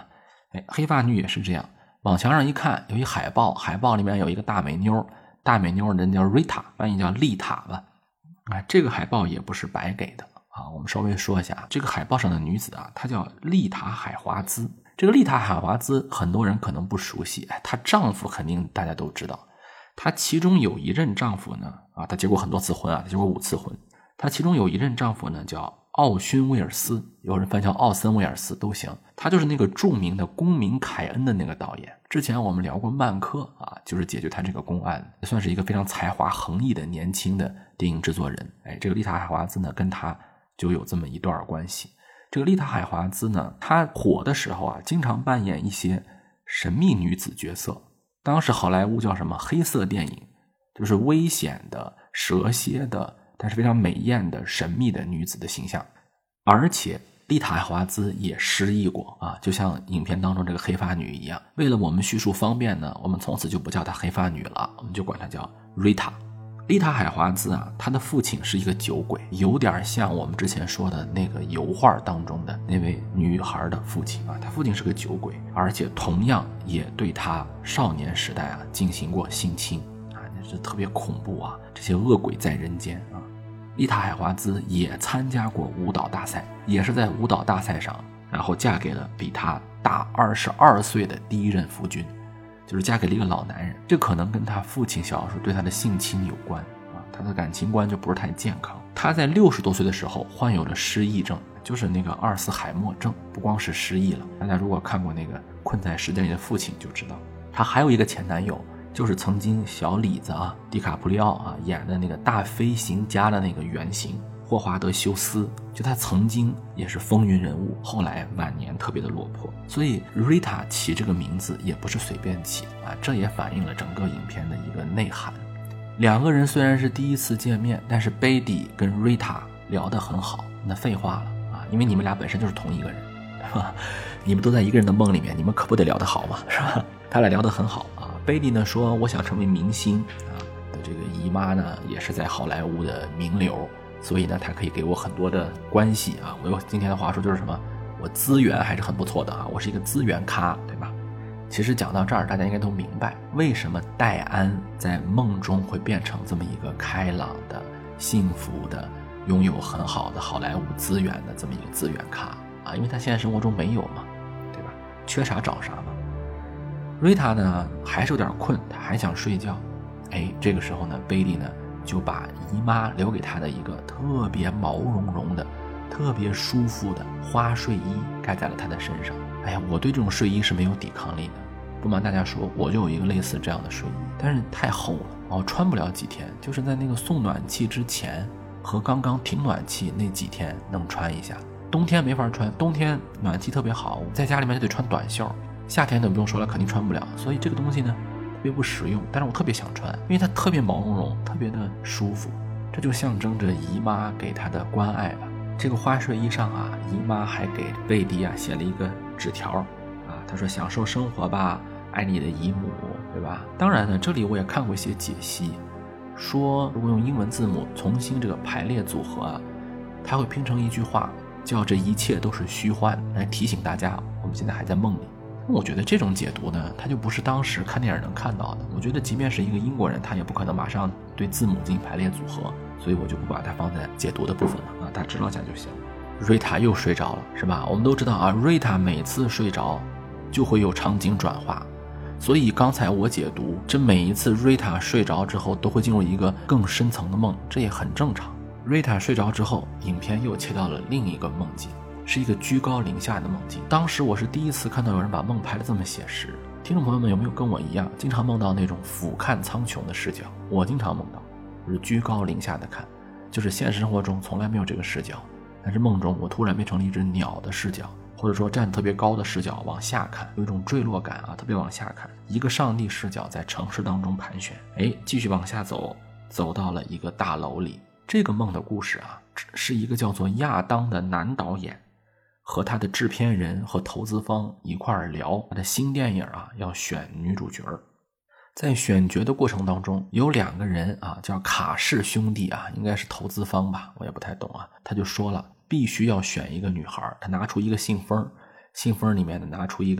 哎，黑发女也是这样，往墙上一看有一海报，海报里面有一个大美妞，大美妞人叫 Rita， 翻译叫丽塔吧。哎，这个海报也不是白给的啊。我们稍微说一下，这个海报上的女子啊，她叫丽塔海华兹。这个丽塔海华兹很多人可能不熟悉，哎，她丈夫肯定大家都知道。她其中有一任丈夫呢，啊，她结过很多次婚啊，她结过五次婚。她其中有一任丈夫呢叫奥勋威尔斯，有人翻译叫奥森威尔斯都行。他就是那个著名的公民凯恩的那个导演。之前我们聊过曼克啊，就是解决他这个公案，也算是一个非常才华横溢的年轻的电影制作人。哎，这个丽塔海华兹呢，跟他就有这么一段关系。这个丽塔海华兹呢，她火的时候啊，经常扮演一些神秘女子角色。当时好莱坞叫什么黑色电影，就是危险的、蛇蝎的，但是非常美艳的神秘的女子的形象。而且丽塔海华兹也失忆过啊，就像影片当中这个黑发女一样。为了我们叙述方便呢，我们从此就不叫她黑发女了，我们就管她叫 Rita。 丽塔海华兹啊，她的父亲是一个酒鬼，有点像我们之前说的那个油画当中的那位女孩的父亲啊。她父亲是个酒鬼，而且同样也对她少年时代啊进行过性侵啊，这特别恐怖啊，这些恶鬼在人间啊。丽塔海华兹也参加过舞蹈大赛，也是在舞蹈大赛上，然后嫁给了比她大二十二岁的第一任夫君，就是嫁给了一个老男人。这可能跟她父亲小时候对她的性侵有关啊，她的感情观就不是太健康。她在六十多岁的时候患有了失忆症，就是那个阿尔茨海默症，不光是失忆了。大家如果看过那个《困在时间里的父亲》就知道，她还有一个前男友。就是曾经小李子啊，迪卡普里奥啊演的那个大飞行家的那个原型霍华德休斯，就他曾经也是风云人物，后来晚年特别的落魄。所以 Rita 起这个名字也不是随便起啊，这也反映了整个影片的一个内涵。两个人虽然是第一次见面，但是 Beatty 跟 Rita 聊得很好，那废话了啊，因为你们俩本身就是同一个人，是吧？你们都在一个人的梦里面，你们可不得聊得好嘛，是吧？他俩聊得很好啊。Beatty 呢说我想成为明星啊，的这个姨妈呢也是在好莱坞的名流，所以呢她可以给我很多的关系啊。我用今天的话说就是什么，我资源还是很不错的啊，我是一个资源咖，对吧？其实讲到这儿，大家应该都明白为什么戴安在梦中会变成这么一个开朗的、幸福的、拥有很好的好莱坞资源的这么一个资源咖啊，因为他现在生活中没有嘛，对吧？缺啥找啥嘛。瑞塔呢还是有点困，他还想睡觉。哎，这个时候呢，贝利呢就把姨妈留给他的一个特别毛茸茸的、特别舒服的花睡衣盖在了他的身上。哎呀，我对这种睡衣是没有抵抗力的，不瞒大家说，我就有一个类似这样的睡衣，但是太厚了，我穿不了几天，就是在那个送暖气之前和刚刚停暖气那几天能穿一下。冬天没法穿，冬天暖气特别好，在家里面就得穿短袖。夏天就不用说了，肯定穿不了，所以这个东西呢特别不实用，但是我特别想穿，因为它特别毛茸茸，特别的舒服，这就象征着姨妈给她的关爱吧。这个花睡衣上啊，姨妈还给贝迪啊写了一个纸条啊，她说享受生活吧，爱你的姨母，对吧？当然呢，这里我也看过一些解析，说如果用英文字母重新这个排列组合啊，它会拼成一句话，叫这一切都是虚幻，来提醒大家我们现在还在梦里。我觉得这种解读呢，它就不是当时看电影能看到的。我觉得即便是一个英国人，他也不可能马上对字母进行排列组合，所以我就不把它放在解读的部分了啊，大家知道一下就行。瑞塔又睡着了，是吧？我们都知道啊，瑞塔每次睡着就会有场景转化，所以刚才我解读，这每一次瑞塔睡着之后都会进入一个更深层的梦，这也很正常。瑞塔睡着之后，影片又切到了另一个梦境。是一个居高临下的梦境。当时我是第一次看到有人把梦拍得这么写实。听众朋友们有没有跟我一样，经常梦到那种俯瞰苍穹的视角？我经常梦到，就是居高临下的看，就是现实生活中从来没有这个视角，但是梦中我突然变成了一只鸟的视角，或者说站特别高的视角往下看，有一种坠落感啊，特别往下看，一个上帝视角在城市当中盘旋。哎，继续往下走，走到了一个大楼里。这个梦的故事啊，是一个叫做亚当的男导演和他的制片人和投资方一块儿聊他的新电影啊，要选女主角。在选角的过程当中，有两个人啊，叫卡氏兄弟啊，应该是投资方吧，我也不太懂啊。他就说了，必须要选一个女孩，他拿出一个信封，信封里面呢拿出一个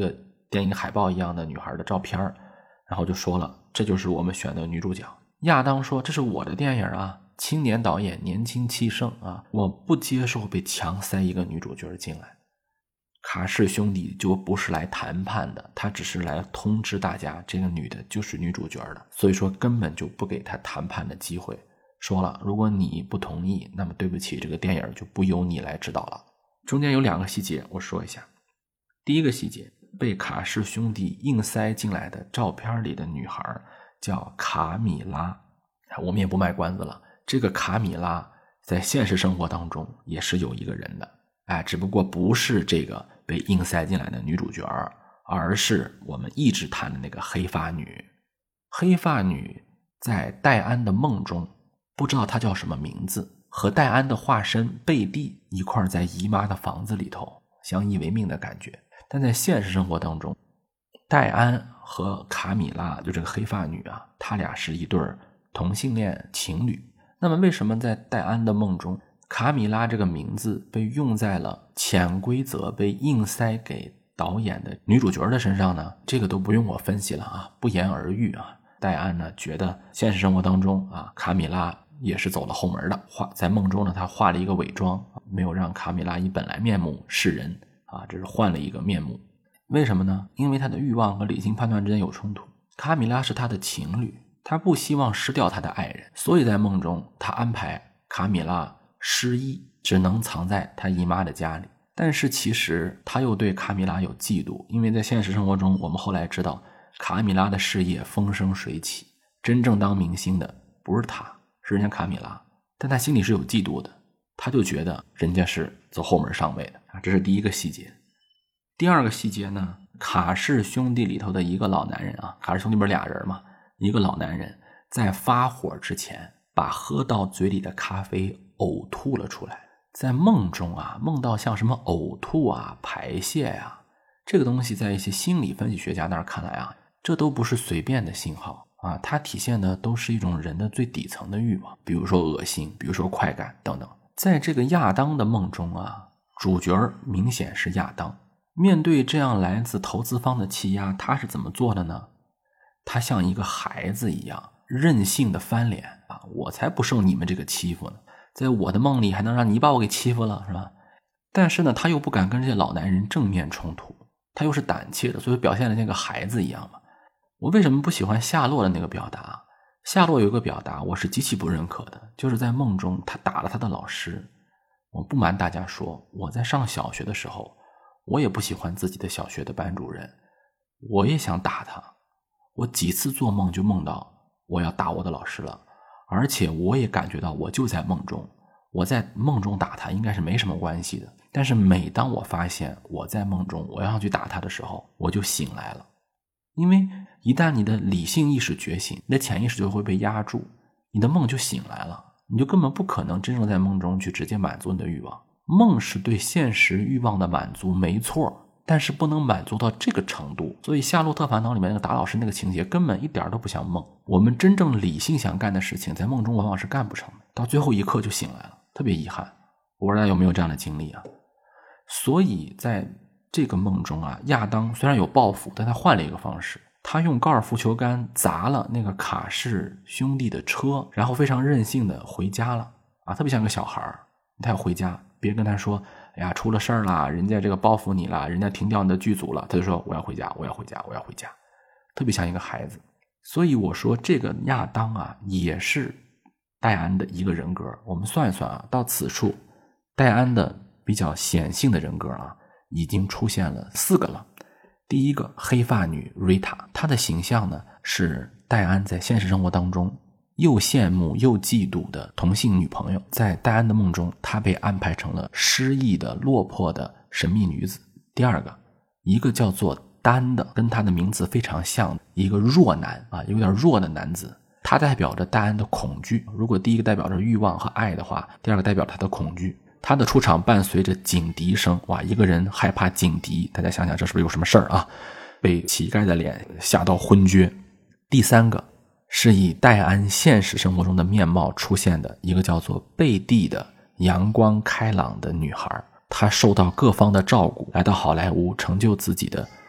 电影海报一样的女孩的照片，然后就说了，这就是我们选的女主角。亚当说，这是我的电影啊，青年导演年轻气盛啊，我不接受被强塞一个女主角进来。卡氏兄弟就不是来谈判的，他只是来通知大家这个女的就是女主角的，所以说根本就不给他谈判的机会。说了，如果你不同意，那么对不起，这个电影就不由你来指导了。中间有两个细节我说一下。第一个细节，被卡氏兄弟硬塞进来的照片里的女孩叫卡米拉，我们也不卖关子了，这个卡米拉在现实生活当中也是有一个人的，哎，只不过不是这个被硬塞进来的女主角，而是我们一直谈的那个黑发女。黑发女在戴安的梦中，不知道她叫什么名字，和戴安的化身贝蒂一块在姨妈的房子里头相依为命的感觉。但在现实生活当中，戴安和卡米拉就这个黑发女啊，他俩是一对同性恋情侣。那么为什么在戴安的梦中，卡米拉这个名字被用在了潜规则被硬塞给导演的女主角的身上呢？这个都不用我分析了啊，不言而喻啊。戴安呢觉得现实生活当中啊，卡米拉也是走了后门的，画在梦中呢他画了一个伪装，没有让卡米拉以本来面目示人啊，这是换了一个面目。为什么呢？因为他的欲望和理性判断之间有冲突。卡米拉是他的情侣，他不希望失掉他的爱人，所以在梦中他安排卡米拉失忆，只能藏在他姨妈的家里。但是其实他又对卡米拉有嫉妒，因为在现实生活中我们后来知道卡米拉的事业风生水起，真正当明星的不是他，是人家卡米拉，但他心里是有嫉妒的，他就觉得人家是走后门上位的啊，这是第一个细节。第二个细节呢，卡氏兄弟里头的一个老男人啊，卡氏兄弟不是俩人吗？一个老男人在发火之前把喝到嘴里的咖啡呕吐了出来。在梦中啊，梦到像什么呕吐啊、排泄啊，这个东西在一些心理分析学家那儿看来啊，这都不是随便的信号啊，它体现的都是一种人的最底层的欲望，比如说恶心，比如说快感等等。在这个亚当的梦中啊，主角明显是亚当，面对这样来自投资方的欺压，他是怎么做的呢？他像一个孩子一样任性的翻脸啊！我才不受你们这个欺负呢，在我的梦里还能让你把我给欺负了是吧？但是呢，他又不敢跟这些老男人正面冲突，他又是胆怯的，所以表现的像个孩子一样嘛。我为什么不喜欢夏洛的那个表达？夏洛有一个表达我是极其不认可的，就是在梦中他打了他的老师。我不瞒大家说，我在上小学的时候，我也不喜欢自己的小学的班主任，我也想打他。我几次做梦就梦到我要打我的老师了，而且我也感觉到我就在梦中，我在梦中打他应该是没什么关系的。但是每当我发现我在梦中我要去打他的时候，我就醒来了。因为一旦你的理性意识觉醒，你的潜意识就会被压住，你的梦就醒来了，你就根本不可能真正在梦中去直接满足你的欲望。梦是对现实欲望的满足没错，但是不能满足到这个程度。所以夏洛特烦恼里面那个打老师那个情节根本一点都不像梦。我们真正理性想干的事情在梦中往往是干不成的，到最后一刻就醒来了，特别遗憾。我不知道大家有没有这样的经历啊？所以在这个梦中啊，亚当虽然有报复，但他换了一个方式，他用高尔夫球杆砸了那个卡氏兄弟的车，然后非常任性的回家了啊，特别像个小孩，他要回家，别人跟他说哎呀出了事儿了，人家这个报复你了，人家停掉你的剧组了，他就说我要回家我要回家我要回家，特别像一个孩子。所以我说这个亚当啊也是戴安的一个人格。我们算一算啊，到此处戴安的比较显性的人格啊已经出现了四个了。第一个黑发女瑞塔，她的形象呢是戴安在现实生活当中又羡慕又嫉妒的同性女朋友。在戴安的梦中，她被安排成了失忆的落魄的神秘女子。第二个，一个叫做丹的，跟她的名字非常像，一个弱男啊，有点弱的男子，他代表着戴安的恐惧。如果第一个代表着欲望和爱的话，第二个代表他的恐惧。他的出场伴随着警笛声，哇，一个人害怕警笛，大家想想这是不是有什么事儿啊？被乞丐的脸吓到昏厥。第三个是以戴安现实生活中的面貌出现的一个叫做贝蒂的阳光开朗的女孩，她受到各方的照顾，来到好莱坞成就自己的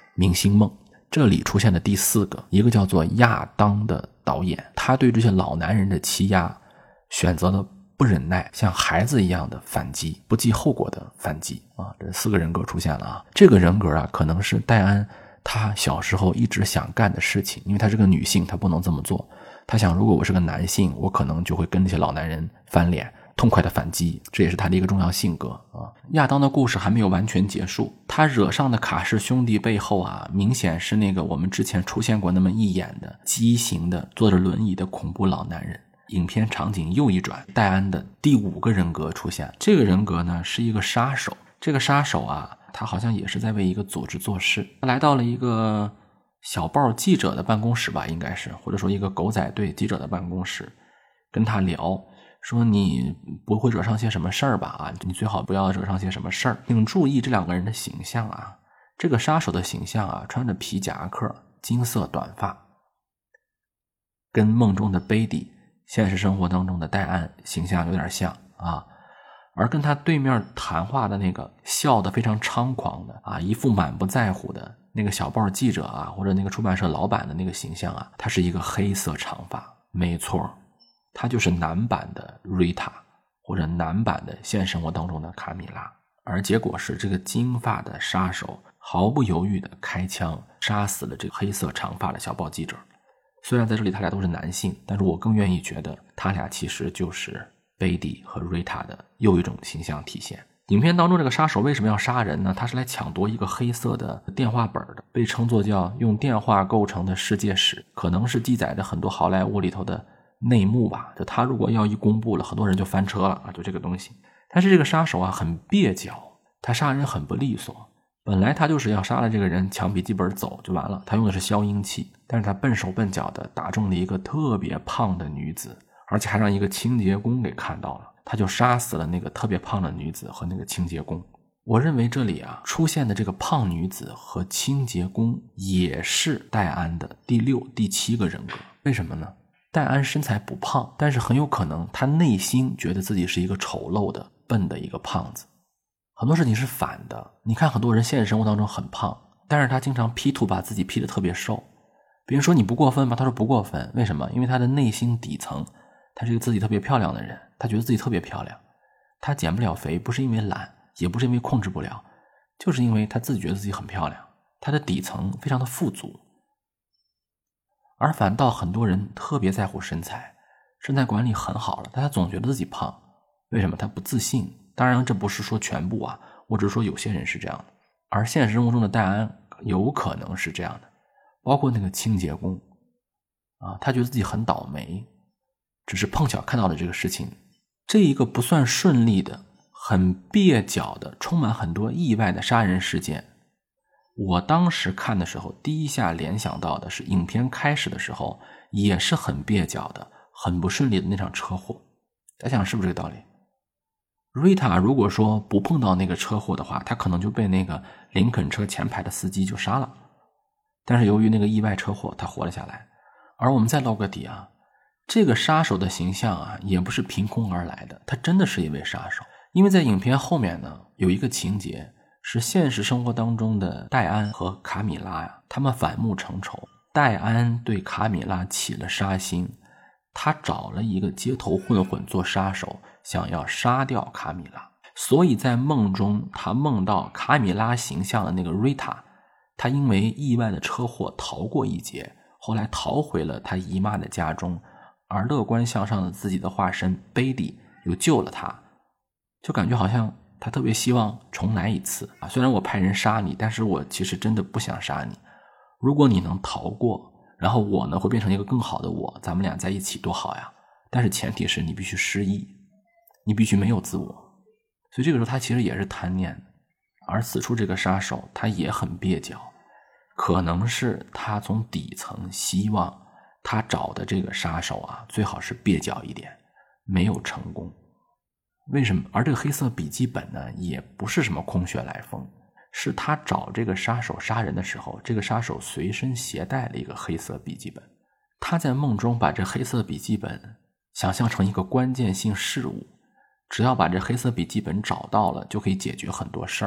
明星梦。这里出现的第四个，一个叫做亚当的导演，他对这些老男人的欺压选择了不忍耐，像孩子一样的反击，不计后果的反击啊！这四个人格出现了啊！这个人格啊，可能是戴安她小时候一直想干的事情，因为她是个女性，她不能这么做。她想，如果我是个男性，我可能就会跟那些老男人翻脸，痛快的反击，这也是她的一个重要性格啊。亚当的故事还没有完全结束，他惹上的卡氏兄弟背后啊，明显是那个我们之前出现过那么一眼的畸形的坐着轮椅的恐怖老男人。影片场景又一转，戴安的第五个人格出现，这个人格呢是一个杀手。这个杀手啊，他好像也是在为一个组织做事，他来到了一个小报记者的办公室吧，应该是，或者说一个狗仔队记者的办公室，跟他聊说，你不会惹上些什么事儿吧？啊，你最好不要惹上些什么事儿。请注意这两个人的形象啊，这个杀手的形象啊，穿着皮夹克，金色短发，跟梦中的贝蒂，现实生活当中的戴安形象有点像啊。而跟他对面谈话的那个笑得非常猖狂的啊，一副满不在乎的那个小报记者啊，或者那个出版社老板的那个形象啊，他是一个黑色长发，没错，他就是男版的瑞塔，或者男版的现实生活当中的卡米拉。而结果是这个金发的杀手毫不犹豫地开枪杀死了这个黑色长发的小报记者。虽然在这里他俩都是男性，但是我更愿意觉得他俩其实就是贝蒂和瑞塔的又一种形象体现。影片当中这个杀手为什么要杀人呢？他是来抢夺一个黑色的电话本的，被称作叫用电话构成的世界史，可能是记载着很多好莱坞里头的内幕吧。就他如果要一公布了，很多人就翻车了啊，就这个东西。但是这个杀手啊很蹩脚，他杀人很不利索。本来他就是要杀了这个人，抢笔记本走就完了，他用的是消音器，但是他笨手笨脚的打中了一个特别胖的女子，而且还让一个清洁工给看到了，他就杀死了那个特别胖的女子和那个清洁工。我认为这里啊出现的这个胖女子和清洁工也是戴安的第六、第七个人格。为什么呢？戴安身材不胖，但是很有可能他内心觉得自己是一个丑陋的、笨的一个胖子。很多事情是反的，你看很多人现实生活当中很胖，但是他经常 P 图把自己 P 得特别瘦。别人说你不过分吗？他说不过分。为什么？因为他的内心底层，他是一个自己特别漂亮的人，他觉得自己特别漂亮。他减不了肥，不是因为懒，也不是因为控制不了，就是因为他自己觉得自己很漂亮，他的底层非常的富足。而反倒很多人特别在乎身材，身材管理很好了，但他总觉得自己胖。为什么？他不自信。当然这不是说全部啊，我只是说有些人是这样的。而现实生活中的戴安有可能是这样的，包括那个清洁工啊，他觉得自己很倒霉，只是碰巧看到了这个事情。这一个不算顺利的、很蹩脚的、充满很多意外的杀人事件，我当时看的时候第一下联想到的是影片开始的时候也是很蹩脚的、很不顺利的那场车祸。大家想是不是这个道理？瑞塔如果说不碰到那个车祸的话，他可能就被那个林肯车前排的司机就杀了。但是由于那个意外车祸，他活了下来。而我们再捞个底啊，这个杀手的形象啊，也不是凭空而来的，他真的是一位杀手。因为在影片后面呢，有一个情节是现实生活当中的戴安和卡米拉呀，他们反目成仇。戴安对卡米拉起了杀心，他找了一个街头混混做杀手，想要杀掉卡米拉。所以在梦中，他梦到卡米拉形象的那个瑞塔，他因为意外的车祸逃过一劫，后来逃回了他姨妈的家中，而乐观向上的自己的化身贝蒂又救了他，就感觉好像他特别希望重来一次啊！虽然我派人杀你，但是我其实真的不想杀你。如果你能逃过，然后我呢会变成一个更好的我，咱们俩在一起多好呀！但是前提是你必须失忆，你必须没有自我。所以这个时候他其实也是贪念的。而此处这个杀手他也很蹩脚，可能是他从底层希望他找的这个杀手啊最好是蹩脚一点，没有成功。为什么？而这个黑色笔记本呢也不是什么空穴来风，是他找这个杀手杀人的时候，这个杀手随身携带了一个黑色笔记本。他在梦中把这黑色笔记本想象成一个关键性事物，只要把这黑色笔记本找到了就可以解决很多事儿。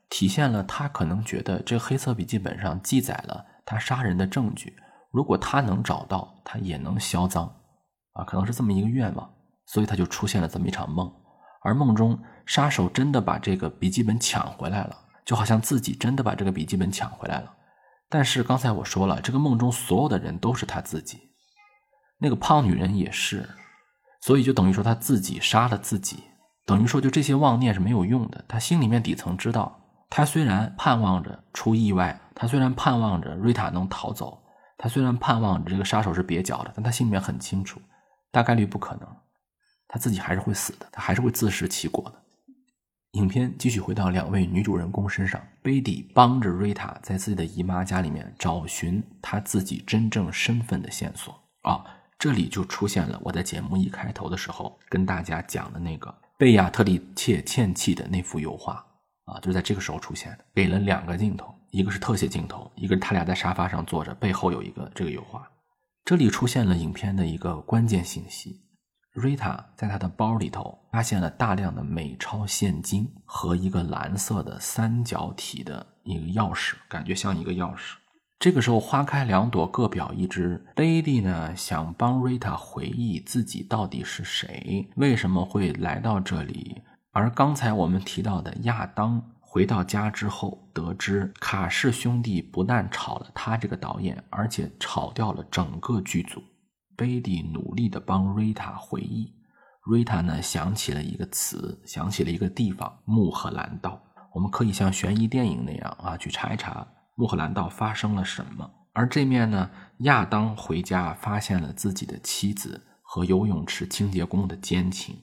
体现了他可能觉得这个黑色笔记本上记载了他杀人的证据，如果他能找到，他也能销赃啊，可能是这么一个愿望，所以他就出现了这么一场梦。而梦中杀手真的把这个笔记本抢回来了，就好像自己真的把这个笔记本抢回来了。但是刚才我说了，这个梦中所有的人都是他自己，那个胖女人也是，所以就等于说他自己杀了自己，等于说就这些妄念是没有用的。他心里面底层知道，他虽然盼望着出意外，他虽然盼望着瑞塔能逃走，他虽然盼望着这个杀手是蹩脚的，但他心里面很清楚，大概率不可能，他自己还是会死的，他还是会自食其果的。影片继续回到两位女主人公身上，贝蒂帮着瑞塔在自己的姨妈家里面找寻她自己真正身份的线索啊，这里就出现了我在节目一开头的时候跟大家讲的那个贝亚特丽切欠契的那幅油画啊，就是在这个时候出现的，给了两个镜头，一个是特写镜头，一个是他俩在沙发上坐着，背后有一个这个油画。这里出现了影片的一个关键信息，瑞塔在她的包里头发现了大量的美钞现金和一个蓝色的三角体的一个钥匙，感觉像一个钥匙。这个时候花开两朵，各表一枝。贝蒂呢想帮瑞塔回忆自己到底是谁，为什么会来到这里。而刚才我们提到的亚当回到家之后，得知卡氏兄弟不但炒了他这个导演，而且炒掉了整个剧组。贝蒂努力地帮瑞塔回忆，瑞塔呢想起了一个词，想起了一个地方，穆赫兰道。我们可以像悬疑电影那样啊，去查一查穆赫兰道发生了什么。而这面呢，亚当回家发现了自己的妻子和游泳池清洁工的奸情。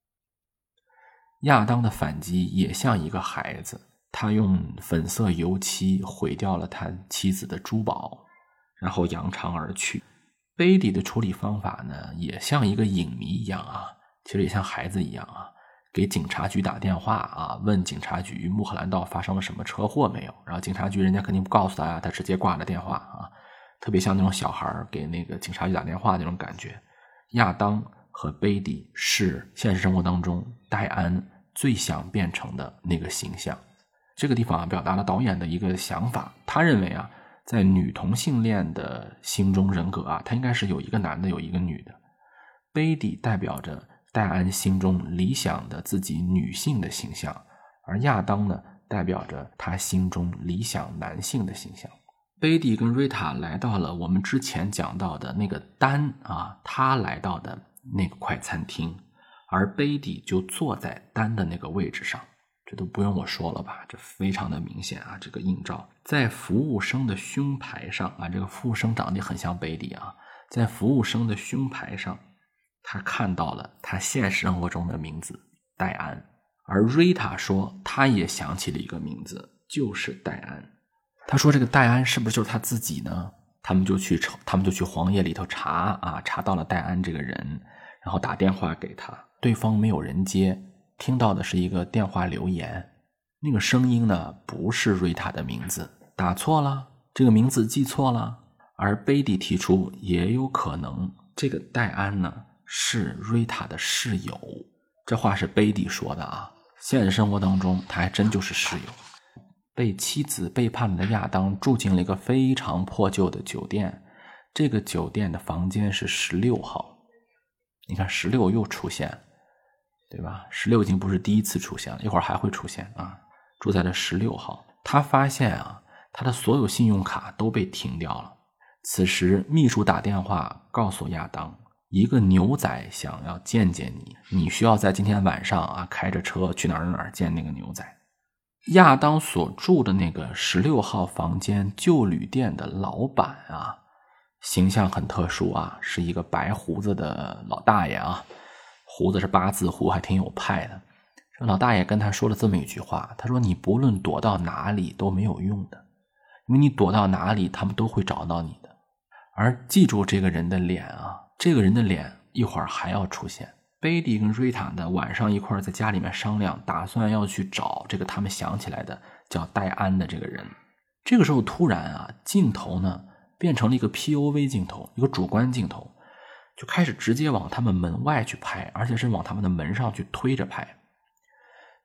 亚当的反击也像一个孩子，他用粉色油漆毁掉了他妻子的珠宝，然后扬长而去。贝蒂的处理方法呢，也像一个影迷一样啊，其实也像孩子一样啊，给警察局打电话啊，问警察局穆赫兰道发生了什么车祸没有，然后警察局人家肯定不告诉他呀，他直接挂了电话啊，特别像那种小孩给那个警察局打电话那种感觉。亚当和贝蒂是现实生活当中戴安最想变成的那个形象。这个地方啊，表达了导演的一个想法，他认为啊，在女同性恋的心中人格啊，他应该是有一个男的有一个女的。贝蒂代表着戴安心中理想的自己女性的形象，而亚当呢，代表着他心中理想男性的形象。贝蒂跟瑞塔来到了我们之前讲到的那个丹啊，他来到的那个快餐厅，而贝蒂就坐在丹的那个位置上。这都不用我说了吧，这非常的明显啊，这个映照。在服务生的胸牌上啊，这个服务生长得很像贝蒂啊，在服务生的胸牌上，他看到了他现实生活中的名字戴安。而瑞塔说他也想起了一个名字，就是戴安。他说这个戴安是不是就是他自己呢？他们就去他们就去黄页里头查啊，查到了戴安这个人，然后打电话给他，对方没有人接，听到的是一个电话留言，那个声音呢不是瑞塔的名字，打错了，这个名字记错了。而贝蒂提出也有可能这个戴安呢是瑞塔的室友，这话是贝蒂说的啊，现实生活当中他还真就是室友。被妻子背叛了的亚当住进了一个非常破旧的酒店，这个酒店的房间是十六号。你看十六又出现，对吧？十六已经不是第一次出现了，一会儿还会出现啊。住在了十六号，他发现啊，他的所有信用卡都被停掉了。此时秘书打电话告诉亚当，一个牛仔想要见见你，你需要在今天晚上啊开着车去哪儿哪儿见那个牛仔。亚当所住的那个十六号房间旧旅店的老板啊，形象很特殊啊，是一个白胡子的老大爷啊，胡子是八字胡，还挺有派的。这老大爷跟他说了这么一句话，他说你不论躲到哪里都没有用的，因为你躲到哪里他们都会找到你的。而记住这个人的脸啊，这个人的脸一会儿还要出现。贝蒂跟瑞塔呢晚上一块在家里面商量，打算要去找这个他们想起来的叫戴安的这个人。这个时候突然啊，镜头呢变成了一个 P O V 镜头，一个主观镜头，就开始直接往他们门外去拍，而且是往他们的门上去推着拍。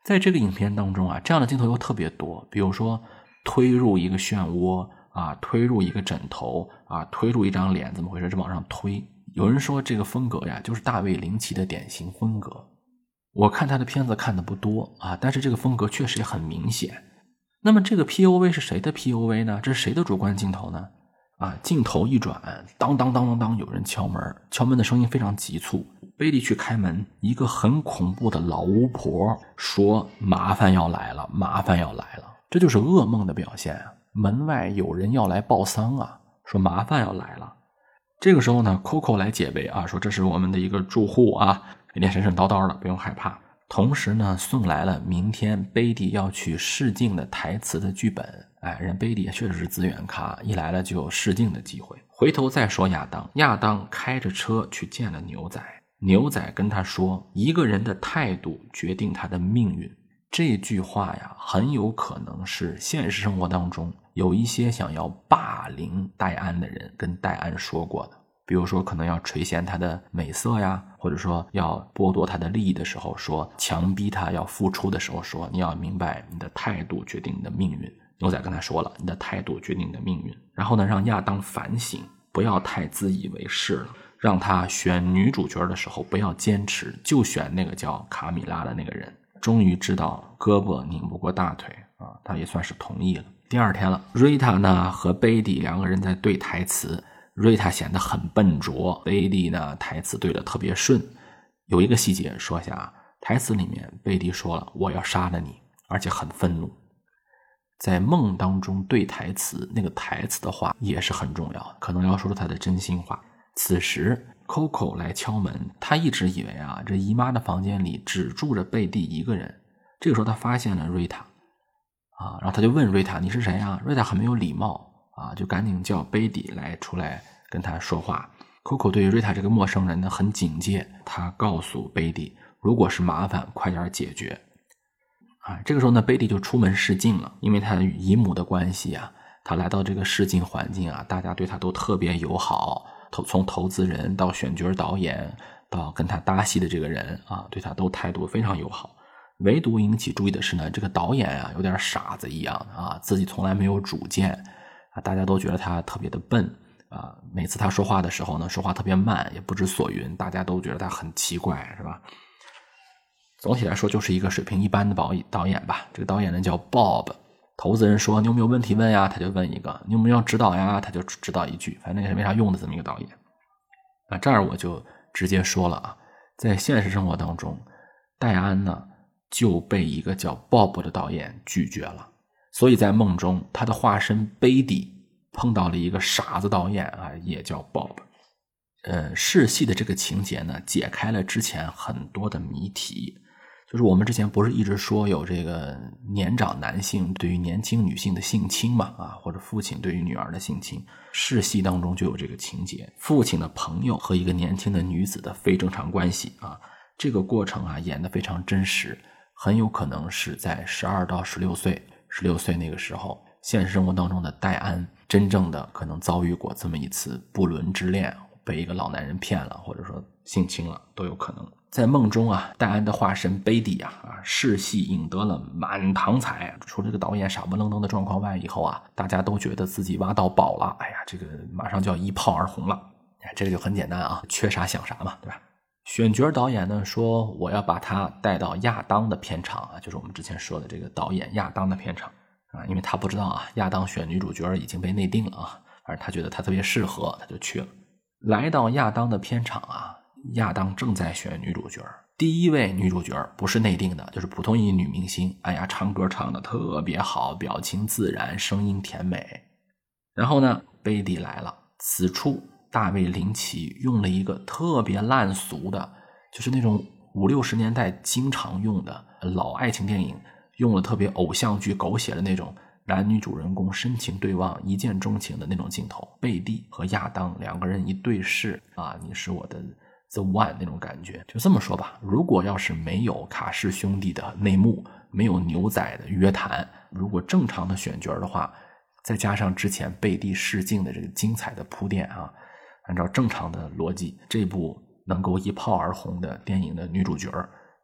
在这个影片当中啊，这样的镜头又特别多，比如说推入一个漩涡啊，推入一个枕头啊，推入一张脸，怎么回事？这往上推。有人说这个风格呀，就是大卫林奇的典型风格。我看他的片子看的不多啊，但是这个风格确实也很明显。那么这个 P O V 是谁的 P O V 呢？这是谁的主观镜头呢？啊，镜头一转，当当当当当，有人敲门，敲门的声音非常急促。贝蒂去开门，一个很恐怖的老巫婆说：“麻烦要来了，麻烦要来了。”这就是噩梦的表现啊！门外有人要来报丧啊，说麻烦要来了。这个时候呢 ，Coco 来解围啊，说这是我们的一个住户啊，每天神神叨叨的，不用害怕。同时呢，送来了明天贝蒂要去试镜的台词的剧本。哎，人贝蒂也确实是资源咖，一来了就有试镜的机会。回头再说亚当，亚当开着车去见了牛仔，牛仔跟他说，一个人的态度决定他的命运。这句话呀，很有可能是现实生活当中有一些想要霸凌戴安的人跟戴安说过的。比如说可能要垂涎他的美色呀，或者说要剥夺他的利益的时候说，强逼他要付出的时候说，你要明白你的态度决定你的命运。牛仔跟他说了，你的态度决定你的命运。然后呢，让亚当反省，不要太自以为是了，让他选女主角的时候不要坚持，就选那个叫卡米拉的那个人。终于知道胳膊拧不过大腿啊，他也算是同意了。第二天了，瑞塔呢和贝蒂两个人在对台词，瑞塔显得很笨拙，贝蒂呢台词对得特别顺。有一个细节说一下啊，台词里面贝蒂说了我要杀了你，而且很愤怒。在梦当中对台词，那个台词的话也是很重要，可能要说出他的真心话。此时 Coco 来敲门，他一直以为啊，这姨妈的房间里只住着贝蒂一个人。这个时候他发现了瑞塔啊，然后他就问瑞塔你是谁啊？瑞塔很没有礼貌啊，就赶紧叫贝蒂来出来跟他说话。 Coco 对于瑞塔这个陌生人呢很警戒，他告诉贝蒂，如果是麻烦快点解决啊。这个时候呢，贝蒂就出门试镜了，因为他与姨母的关系啊，他来到这个试镜环境啊，大家对他都特别友好，从投资人到选角导演到跟他搭戏的这个人啊，对他都态度非常友好。唯独引起注意的是呢，这个导演啊有点傻子一样啊，自己从来没有主见啊，大家都觉得他特别的笨啊，每次他说话的时候呢，说话特别慢，也不知所云，大家都觉得他很奇怪，是吧？总体来说就是一个水平一般的导导演吧。这个导演呢叫 Bob， 投资人说你有没有问题问呀，他就问一个；你有没有指导呀，他就指导一句，反正也是没啥用的这么一个导演。啊，这儿我就直接说了啊，在现实生活当中，戴安呢就被一个叫 Bob 的导演拒绝了，所以在梦中他的化身贝蒂碰到了一个傻子导演啊，也叫 Bob。呃，试戏的这个情节呢，解开了之前很多的谜题。就是我们之前不是一直说有这个年长男性对于年轻女性的性侵嘛，啊，或者父亲对于女儿的性侵，试戏当中就有这个情节，父亲的朋友和一个年轻的女子的非正常关系啊，这个过程啊演得非常真实，很有可能是在十二到十六岁，十六岁那个时候，现实生活当中的戴安真正的可能遭遇过这么一次不伦之恋，被一个老男人骗了，或者说性侵了，都有可能。在梦中啊，戴安的化身贝蒂啊，啊试戏赢得了满堂彩。除了这个导演傻不愣登的状况外，以后啊，大家都觉得自己挖到宝了。哎呀，这个马上就要一炮而红了。哎，这个就很简单啊，缺啥想啥嘛，对吧？选角导演呢说，我要把他带到亚当的片场啊，就是我们之前说的这个导演亚当的片场啊，因为他不知道啊，亚当选女主角已经被内定了啊，反正他觉得他特别适合，他就去了。来到亚当的片场啊，亚当正在选女主角，第一位女主角不是内定的，就是普通一女明星。哎呀，唱歌唱得特别好，表情自然，声音甜美。然后呢，贝蒂来了。此处大卫林奇用了一个特别烂俗的，就是那种五六十年代经常用的老爱情电影，用了特别偶像剧狗血的那种男女主人公深情对望一见钟情的那种镜头，贝蒂和亚当两个人一对视啊，你是我的 the one 那种感觉。就这么说吧，如果要是没有卡氏兄弟的内幕，没有牛仔的约谈，如果正常的选角的话，再加上之前贝蒂试镜的这个精彩的铺垫啊，按照正常的逻辑，这部能够一炮而红的电影的女主角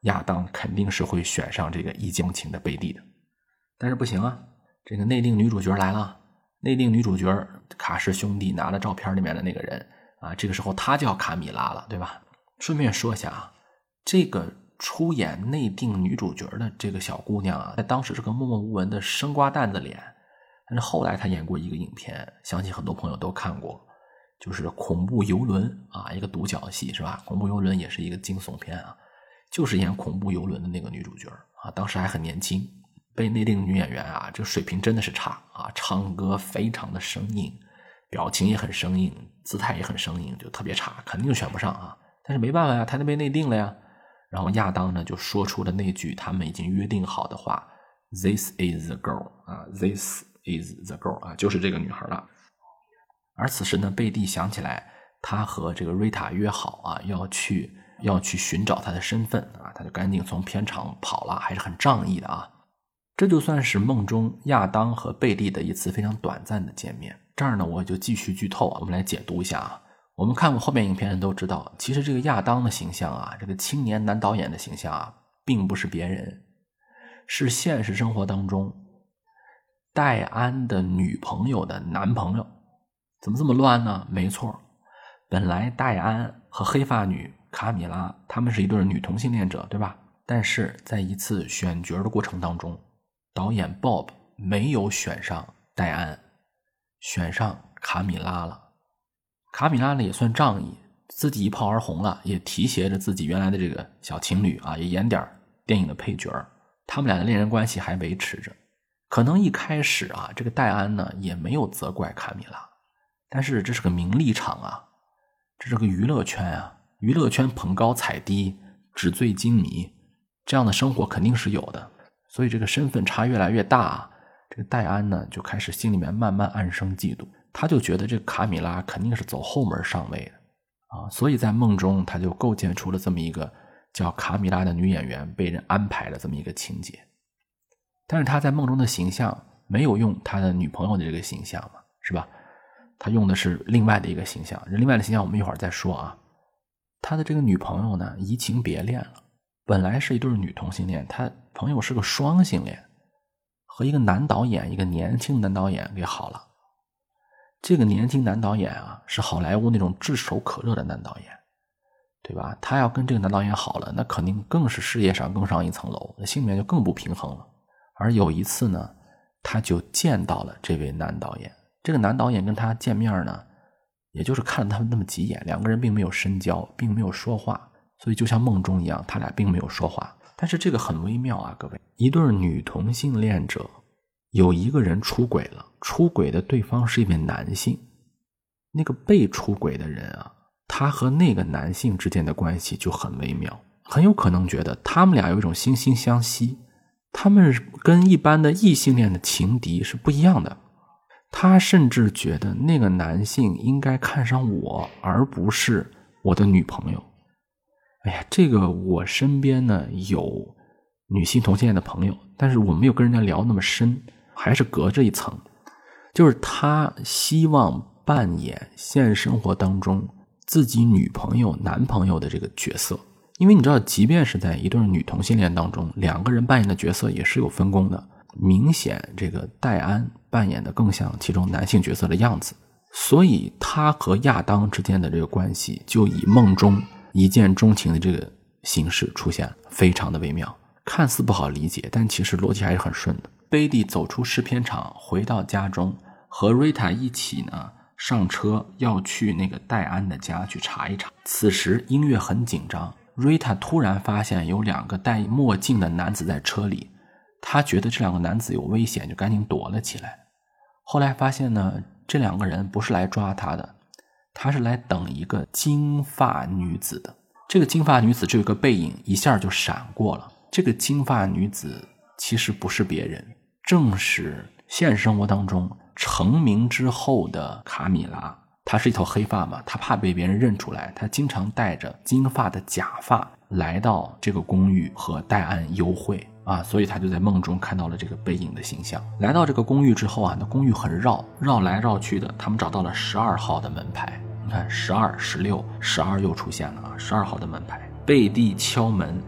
亚当肯定是会选上这个一见钟情的贝蒂的。但是不行啊，这个内定女主角来了，内定女主角卡氏兄弟拿了照片里面的那个人啊，这个时候她叫卡米拉了，对吧？顺便说一下啊，这个出演内定女主角的这个小姑娘啊，在当时是个默默无闻的生瓜蛋子脸，但是后来她演过一个影片，相信很多朋友都看过，就是恐怖游轮啊，一个独角戏是吧？恐怖游轮也是一个惊悚片啊，就是演恐怖游轮的那个女主角啊，当时还很年轻，被内定女演员啊，这个水平真的是差啊，唱歌非常的生硬，表情也很生硬，姿态也很生硬，就特别差，肯定选不上啊。但是没办法呀，他就被内定了呀。然后亚当呢就说出了那句他们已经约定好的话 ，This is the girl 啊 ，This is the girl 啊，就是这个女孩了。而此时呢，贝蒂想起来，他和这个瑞塔约好啊，要去要去寻找他的身份啊，他就赶紧从片场跑了，还是很仗义的啊。这就算是梦中亚当和贝蒂的一次非常短暂的见面。这儿呢，我就继续剧透啊，我们来解读一下啊。我们看过后面影片的都知道，其实这个亚当的形象啊，这个青年男导演的形象啊，并不是别人，是现实生活当中戴安的女朋友的男朋友。怎么这么乱呢？没错，本来戴安和黑发女卡米拉他们是一对女同性恋者，对吧？但是在一次选角的过程当中，导演 Bob 没有选上戴安，选上卡米拉了。卡米拉呢也算仗义，自己一炮而红了，也提携着自己原来的这个小情侣啊，也演点电影的配角。他们俩的恋人关系还维持着。可能一开始啊，这个戴安呢也没有责怪卡米拉，但是这是个名利场啊，这是个娱乐圈啊，娱乐圈捧高踩低，纸醉金迷，这样的生活肯定是有的。所以这个身份差越来越大啊，这个戴安呢就开始心里面慢慢暗生嫉妒，他就觉得这个卡米拉肯定是走后门上位的啊，所以在梦中他就构建出了这么一个叫卡米拉的女演员被人安排了这么一个情节。但是他在梦中的形象没有用他的女朋友的这个形象嘛，是吧？他用的是另外的一个形象，另外的形象我们一会儿再说啊。他的这个女朋友呢移情别恋了，本来是一对女同性恋，他朋友是个双性恋，和一个男导演，一个年轻男导演给好了。这个年轻男导演啊，是好莱坞那种炙手可热的男导演，对吧？他要跟这个男导演好了，那肯定更是事业上更上一层楼，那心里面就更不平衡了。而有一次呢，他就见到了这位男导演，这个男导演跟他见面呢，也就是看了他们那么几眼，两个人并没有深交，并没有说话，所以就像梦中一样，他俩并没有说话。但是这个很微妙啊，各位，一对女同性恋者有一个人出轨了，出轨的对方是一位男性，那个被出轨的人啊，他和那个男性之间的关系就很微妙，很有可能觉得他们俩有一种惺惺相惜，他们跟一般的异性恋的情敌是不一样的。他甚至觉得那个男性应该看上我，而不是我的女朋友。哎呀，这个我身边呢有女性同性恋的朋友，但是我没有跟人家聊那么深，还是隔着一层。就是他希望扮演现实生活当中自己女朋友男朋友的这个角色，因为你知道即便是在一对女同性恋当中，两个人扮演的角色也是有分工的，明显这个戴安扮演的更像其中男性角色的样子，所以他和亚当之间的这个关系就以梦中一见钟情的这个形式出现了，非常的微妙，看似不好理解，但其实逻辑还是很顺的。贝蒂走出试片场回到家中，和瑞塔一起呢上车要去那个戴安的家去查一查。此时音乐很紧张，瑞塔突然发现有两个戴墨镜的男子在车里，他觉得这两个男子有危险，就赶紧躲了起来。后来发现呢，这两个人不是来抓他的，他是来等一个金发女子的。这个金发女子这个背影一下就闪过了，这个金发女子其实不是别人，正是现实生活当中成名之后的卡米拉。她是一头黑发嘛，她怕被别人认出来，她经常戴着金发的假发来到这个公寓和戴安幽会啊，所以她就在梦中看到了这个背影的形象。来到这个公寓之后啊，那公寓很绕，绕来绕去的，他们找到了十二号的门牌。你看十二、十六、十二又出现了啊，十二号的门牌。贝蒂敲门，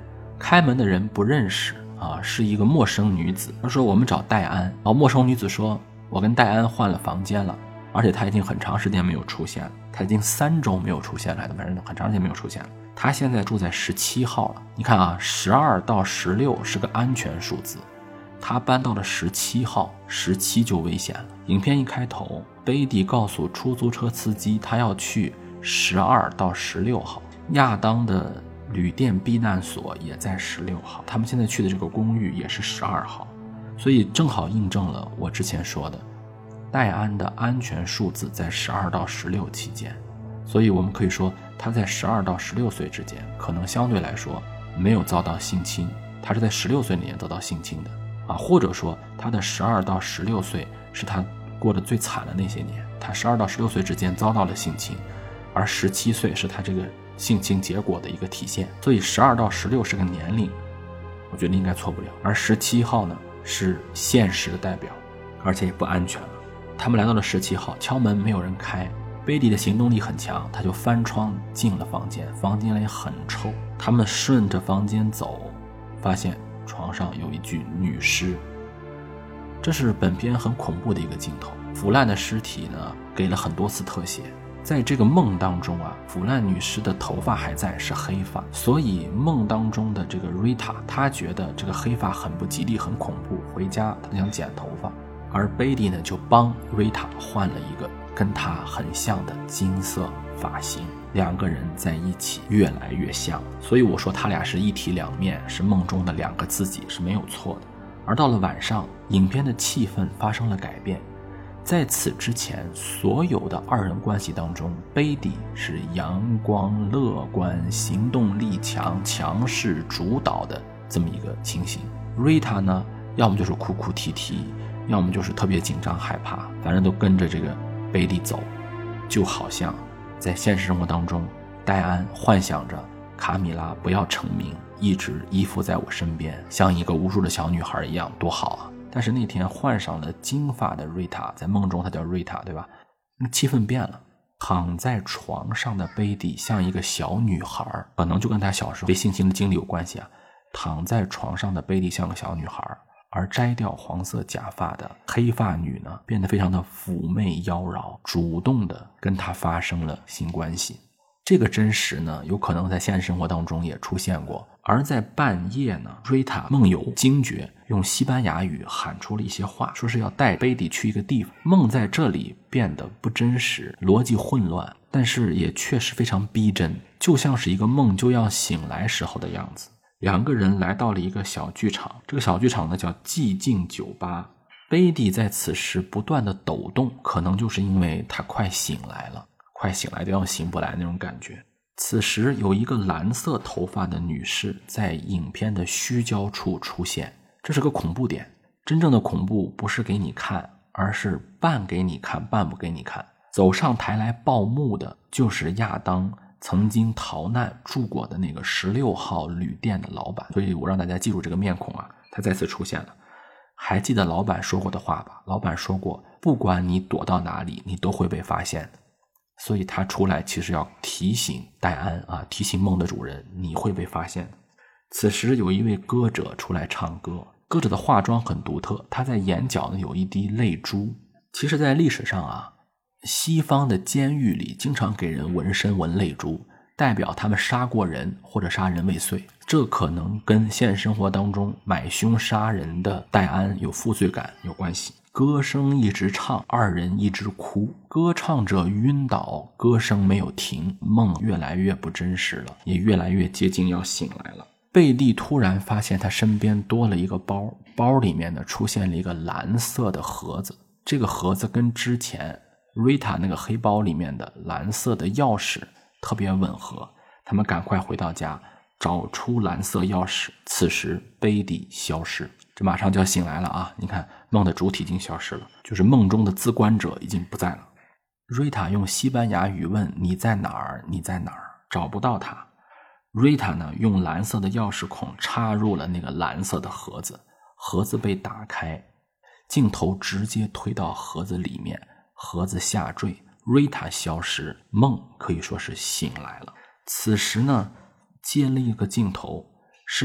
开门的人不认识啊，是一个陌生女子。他说我们找戴安，然后陌生女子说我跟戴安换了房间了，而且他已经很长时间没有出现了，他已经三周没有出现了，反正很长时间没有出现了。他现在住在十七号了。你看啊，十二到十六是个安全数字，他搬到了十七号，十七就危险了。影片一开头，贝蒂告诉出租车司机他要去十二到十六号，亚当的旅店避难所也在十六号，他们现在去的这个公寓也是十二号，所以正好印证了我之前说的，戴安的安全数字在十二到十六期间。所以我们可以说他在十二到十六岁之间可能相对来说没有遭到性侵，他是在十六岁年遭到性侵的啊，或者说他的十二到十六岁是他过得最惨的那些年，他十二到十六岁之间遭到了性侵，而十七岁是他这个性侵结果的一个体现。所以十二到十六是个年龄，我觉得应该错不了。而十七号呢是现实的代表，而且也不安全了。他们来到了十七号，敲门没有人开，贝蒂的行动力很强，他就翻窗进了房间，房间里很臭。他们顺着房间走，发现床上有一具女尸。这是本片很恐怖的一个镜头，腐烂的尸体呢给了很多次特写。在这个梦当中啊，腐烂女尸的头发还在，是黑发，所以梦当中的这个瑞塔，她觉得这个黑发很不吉利，很恐怖，回家她想剪头发，而贝蒂呢就帮瑞塔换了一个跟她很像的金色发型，两个人在一起越来越像。所以我说他俩是一体两面，是梦中的两个自己，是没有错的。而到了晚上，影片的气氛发生了改变。在此之前，所有的二人关系当中，贝蒂是阳光乐观、行动力强、强势主导的这么一个情形。瑞塔呢，要么就是哭哭啼啼，要么就是特别紧张害怕，反正都跟着这个贝蒂走。就好像在现实生活当中，戴安幻想着卡米拉不要成名，一直依附在我身边，像一个无助的小女孩一样，多好啊。但是那天换上了金发的瑞塔，在梦中她叫瑞塔，对吧？那气氛变了，躺在床上的贝蒂像一个小女孩，可能就跟她小时候被性侵的经历有关系啊。躺在床上的贝蒂像个小女孩，而摘掉黄色假发的黑发女呢，变得非常的妩媚妖娆，主动的跟她发生了性关系。这个真实呢，有可能在现实生活当中也出现过。而在半夜呢，瑞塔梦游惊觉，用西班牙语喊出了一些话，说是要带贝蒂去一个地方。梦在这里变得不真实，逻辑混乱，但是也确实非常逼真，就像是一个梦就要醒来时候的样子。两个人来到了一个小剧场，这个小剧场呢叫寂静酒吧。贝蒂在此时不断的抖动，可能就是因为他快醒来了，快醒来都要醒不来那种感觉。此时有一个蓝色头发的女士在影片的虚焦处出现，这是个恐怖点。真正的恐怖不是给你看，而是半给你看半不给你看。走上台来报幕的就是亚当曾经逃难住过的那个十六号旅店的老板，所以我让大家记住这个面孔啊，他再次出现了。还记得老板说过的话吧？老板说过，不管你躲到哪里，你都会被发现的。所以他出来其实要提醒戴安啊，提醒梦的主人，你会被发现的。此时有一位歌者出来唱歌，歌者的化妆很独特，他在眼角呢有一滴泪珠。其实在历史上啊，西方的监狱里经常给人纹身纹泪珠，代表他们杀过人或者杀人未遂。这可能跟现实生活当中买凶杀人的戴安有负罪感有关系。歌声一直唱，二人一直哭，歌唱者晕倒，歌声没有停，梦越来越不真实了，也越来越接近要醒来了。贝蒂突然发现他身边多了一个包，包里面呢出现了一个蓝色的盒子，这个盒子跟之前瑞塔那个黑包里面的蓝色的钥匙特别吻合。他们赶快回到家，找出蓝色钥匙。此时贝蒂消失，这马上就要醒来了啊！你看，梦的主体已经消失了，就是梦中的自观者已经不在了。瑞塔用西班牙语问：你在哪儿？你在哪儿？找不到他。瑞塔呢，用蓝色的钥匙孔插入了那个蓝色的盒子，盒子被打开，镜头直接推到盒子里面，盒子下坠，瑞塔消失，梦可以说是醒来了。此时呢，接了一个镜头，是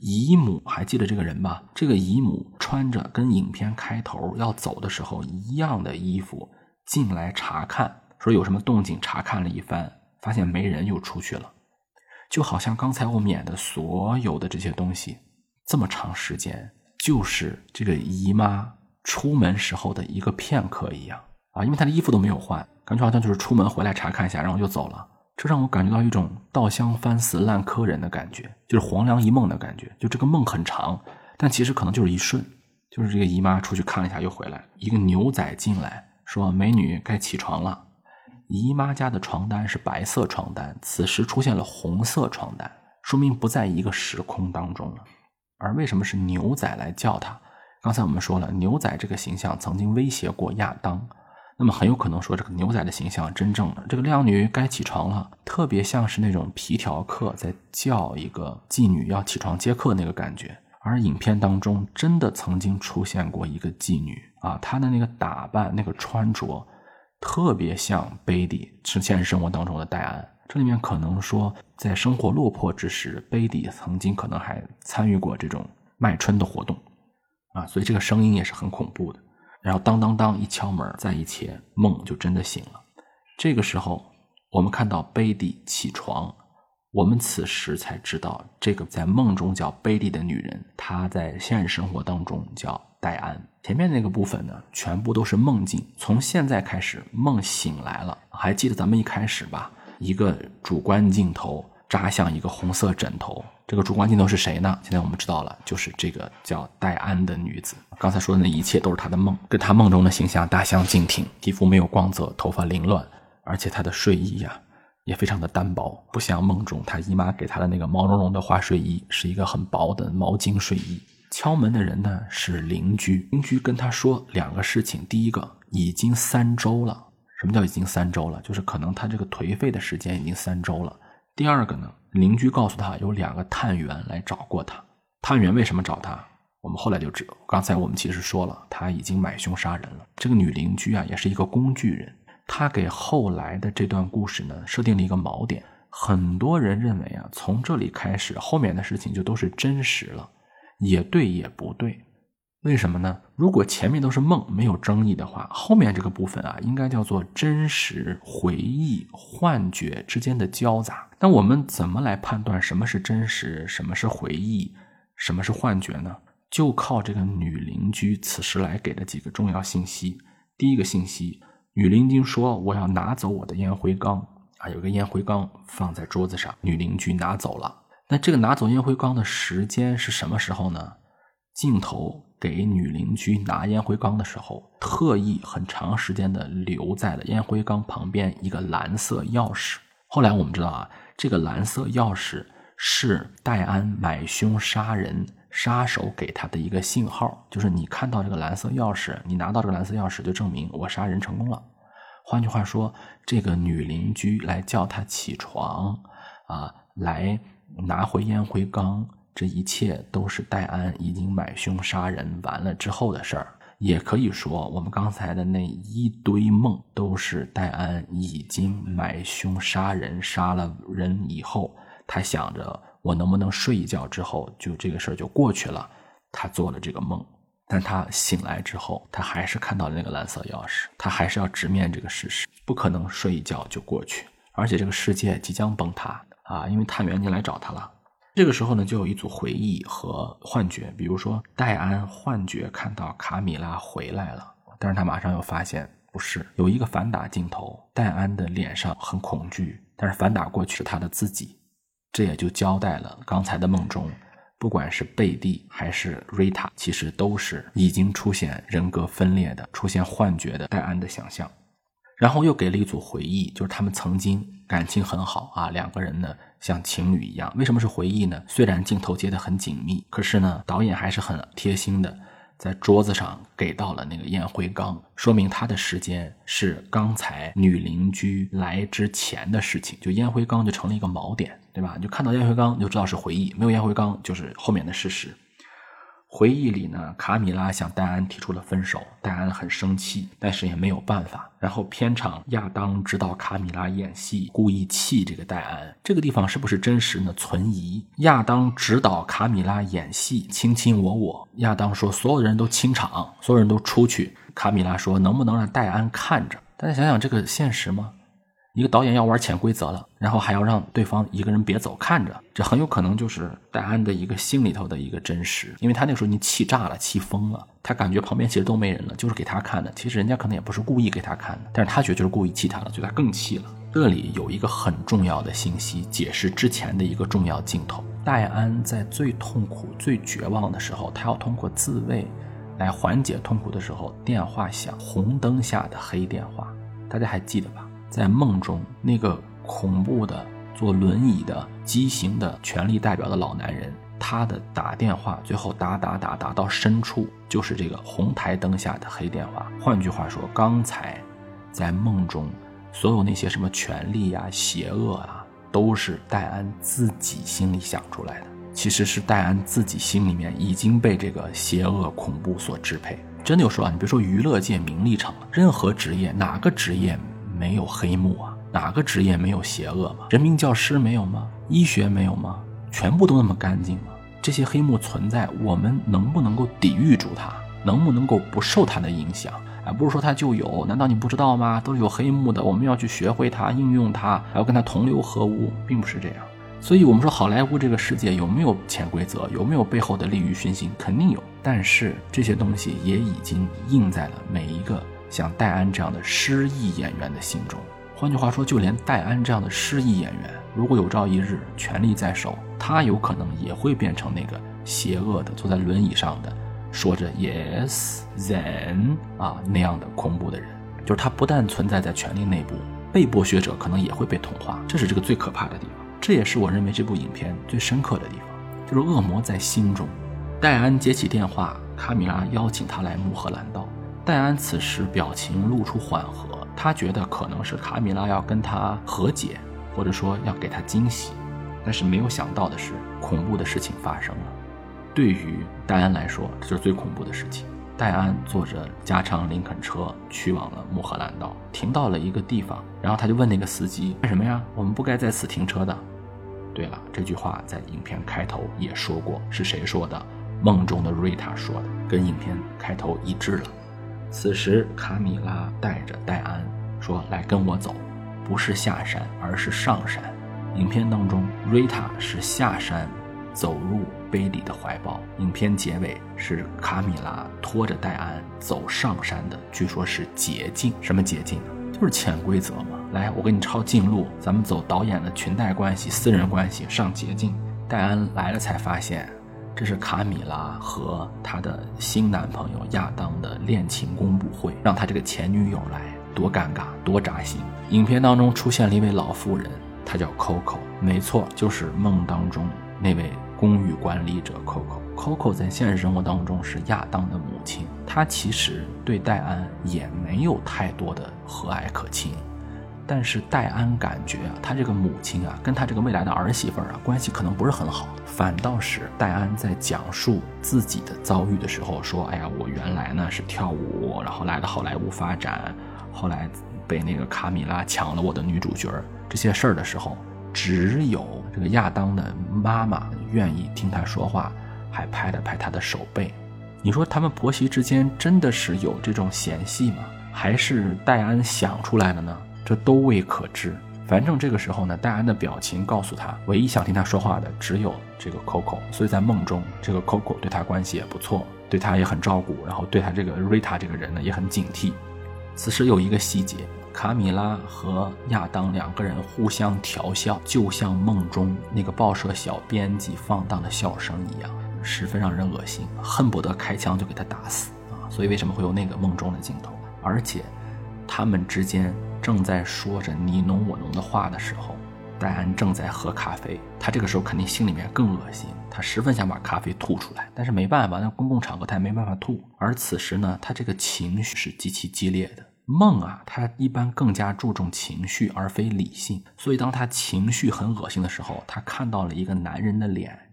姨母还记得这个人吧？这个姨母穿着跟影片开头要走的时候一样的衣服进来查看，说有什么动静，查看了一番，发现没人又出去了。就好像刚才我们演的所有的这些东西，这么长时间就是这个姨妈出门时候的一个片刻一样啊，因为她的衣服都没有换，感觉好像就是出门回来查看一下然后就走了。这让我感觉到一种稻香翻死烂柯人的感觉，就是黄粱一梦的感觉。就这个梦很长，但其实可能就是一瞬，就是这个姨妈出去看了一下又回来，一个牛仔进来说美女该起床了。姨妈家的床单是白色床单，此时出现了红色床单，说明不在一个时空当中了。而为什么是牛仔来叫他？刚才我们说了，牛仔这个形象曾经威胁过亚当，那么很有可能说这个牛仔的形象真正的这个靓女该起床了，特别像是那种皮条客在叫一个妓女要起床接客那个感觉。而影片当中真的曾经出现过一个妓女啊，她的那个打扮那个穿着特别像贝蒂是现实生活当中的戴安。这里面可能说在生活落魄之时，贝蒂曾经可能还参与过这种卖春的活动啊，所以这个声音也是很恐怖的。然后当当当一敲门，再一切，梦就真的醒了。这个时候我们看到贝蒂起床，我们此时才知道这个在梦中叫贝蒂的女人，她在现实生活当中叫戴安。前面那个部分呢全部都是梦境，从现在开始梦醒来了。还记得咱们一开始吧，一个主观镜头扎向一个红色枕头，这个主观镜头是谁呢？现在我们知道了，就是这个叫戴安的女子。刚才说的那一切都是她的梦，跟她梦中的形象大相径庭，皮肤没有光泽，头发凌乱，而且她的睡衣呀、啊、也非常的单薄，不像梦中她姨妈给她的那个毛茸茸的花睡衣，是一个很薄的毛巾睡衣。敲门的人呢是邻居，邻居跟她说两个事情，第一个，已经三周了。什么叫已经三周了？就是可能她这个颓废的时间已经三周了。第二个呢，邻居告诉他有两个探员来找过他。探员为什么找他？我们后来就知道，刚才我们其实说了，他已经买凶杀人了。这个女邻居啊，也是一个工具人，她给后来的这段故事呢设定了一个锚点。很多人认为啊，从这里开始，后面的事情就都是真实了，也对也不对。为什么呢？如果前面都是梦，没有争议的话，后面这个部分啊，应该叫做真实、回忆、幻觉之间的交杂。那我们怎么来判断什么是真实，什么是回忆，什么是幻觉呢？就靠这个女邻居此时来给的几个重要信息。第一个信息，女邻居说我要拿走我的烟灰缸啊，有个烟灰缸放在桌子上，女邻居拿走了。那这个拿走烟灰缸的时间是什么时候呢？镜头给女邻居拿烟灰缸的时候，特意很长时间的留在了烟灰缸旁边一个蓝色钥匙。后来我们知道啊，这个蓝色钥匙是戴安买凶杀人杀手给他的一个信号，就是你看到这个蓝色钥匙，你拿到这个蓝色钥匙就证明我杀人成功了。换句话说，这个女邻居来叫他起床啊，来拿回烟灰缸，这一切都是戴安已经买凶杀人完了之后的事儿。也可以说我们刚才的那一堆梦都是戴安已经买凶杀人杀了人以后，他想着我能不能睡一觉之后就这个事儿就过去了，他做了这个梦。但他醒来之后，他还是看到了那个蓝色钥匙，他还是要直面这个事实，不可能睡一觉就过去，而且这个世界即将崩塌啊！因为探员进来找他了。这个时候呢，就有一组回忆和幻觉，比如说戴安幻觉看到卡米拉回来了，但是他马上又发现不是，有一个反打镜头，戴安的脸上很恐惧，但是反打过去是他的自己，这也就交代了刚才的梦中，不管是贝蒂还是瑞塔，其实都是已经出现人格分裂的、出现幻觉的戴安的想象。然后又给了一组回忆，就是他们曾经感情很好啊，两个人呢像情侣一样。为什么是回忆呢？虽然镜头接得很紧密，可是呢导演还是很贴心的，在桌子上给到了那个烟灰缸，说明他的时间是刚才女邻居来之前的事情，就烟灰缸就成了一个锚点，对吧？你就看到烟灰缸就知道是回忆，没有烟灰缸就是后面的事实。 回忆里呢，卡米拉向戴安提出了分手，戴安很生气，但是也没有办法。然后片场亚当指导卡米拉演戏，故意气这个戴安。这个地方是不是真实呢？存疑。亚当指导卡米拉演戏，卿卿我我。亚当说所有人都清场，所有人都出去。卡米拉说能不能让戴安看着？大家想想这个现实吗？一个导演要玩潜规则了，然后还要让对方一个人别走看着，这很有可能就是戴安的一个心里头的一个真实。因为他那个时候已经气炸了，气疯了，他感觉旁边其实都没人了，就是给他看的，其实人家可能也不是故意给他看的，但是他觉得就是故意气他了，所以他更气了。这里有一个很重要的信息，解释之前的一个重要镜头。戴安在最痛苦最绝望的时候，他要通过自慰来缓解痛苦的时候，电话响，红灯下的黑电话，大家还记得吧？在梦中，那个恐怖的坐轮椅的畸形的权力代表的老男人，他的打电话最后打打打打到深处，就是这个红台灯下的黑电话。换句话说，刚才在梦中所有那些什么权力啊邪恶啊，都是戴安自己心里想出来的，其实是戴安自己心里面已经被这个邪恶恐怖所支配。真的有说啊，你别说娱乐界名利场了，任何职业，哪个职业没有黑幕啊？哪个职业没有邪恶吗？人民教师没有吗？医学没有吗？全部都那么干净吗？这些黑幕存在，我们能不能够抵御住它？能不能够不受它的影响？而不是说它就有，难道你不知道吗？都是有黑幕的，我们要去学会它，应用它，还要跟它同流合污，并不是这样。所以我们说好莱坞这个世界有没有潜规则，有没有背后的利欲熏心，肯定有，但是这些东西也已经印在了每一个像戴安这样的失意演员的心中。换句话说，就连戴安这样的失意演员，如果有朝一日权力在手，他有可能也会变成那个邪恶的坐在轮椅上的说着 yes then 啊那样的恐怖的人。就是他不但存在在权力内部，被剥削者可能也会被同化，这是这个最可怕的地方。这也是我认为这部影片最深刻的地方，就是恶魔在心中。戴安接起电话，卡米拉邀请他来穆赫兰道。戴安此时表情露出缓和，他觉得可能是卡米拉要跟他和解，或者说要给他惊喜，但是没有想到的是，恐怖的事情发生了。对于戴安来说，这是最恐怖的事情。戴安坐着加长林肯车去往了穆赫兰道，停到了一个地方，然后他就问那个司机，为什么呀？我们不该在此停车的。对了，这句话在影片开头也说过，是谁说的？梦中的瑞塔说的，跟影片开头一致了。此时卡米拉带着戴安说，来跟我走，不是下山而是上山。影片当中瑞塔是下山走入贝里的怀抱，影片结尾是卡米拉拖着戴安走上山的，据说是捷径。什么捷径呢？就是潜规则嘛。来，我给你抄近路，咱们走导演的裙带关系、私人关系，上捷径。戴安来了才发现，这是卡米拉和她的新男朋友亚当的恋情公布会，让他这个前女友来，多尴尬，多扎心。影片当中出现了一位老妇人，她叫 Coco， 没错，就是梦当中那位公寓管理者 Coco。Coco 在现实生活当中是亚当的母亲，她其实对戴安也没有太多的和蔼可亲，但是戴安感觉啊，他这个母亲啊，跟他这个未来的儿媳妇啊，关系可能不是很好。反倒是戴安在讲述自己的遭遇的时候说，哎呀，我原来呢是跳舞，然后来了好莱坞发展，后来被那个卡米拉抢了我的女主角，这些事儿的时候，只有这个亚当的妈妈愿意听他说话，还拍了拍他的手背。你说他们婆媳之间真的是有这种嫌隙吗？还是戴安想出来的呢？这都未可知。反正这个时候呢，戴安的表情告诉他，唯一想听他说话的只有这个 Coco， 所以在梦中这个 Coco 对他关系也不错，对他也很照顾，然后对他这个瑞塔这个人呢也很警惕。此时有一个细节，卡米拉和亚当两个人互相调笑，就像梦中那个报社小编辑放荡的笑声一样，十分让人恶心，恨不得开枪就给他打死啊！所以为什么会有那个梦中的镜头？而且他们之间正在说着你侬我侬的话的时候，戴安正在喝咖啡，他这个时候肯定心里面更恶心，他十分想把咖啡吐出来，但是没办法，那公共场合他也没办法吐。而此时呢，他这个情绪是极其激烈的。梦啊，他一般更加注重情绪而非理性，所以当他情绪很恶心的时候，他看到了一个男人的脸，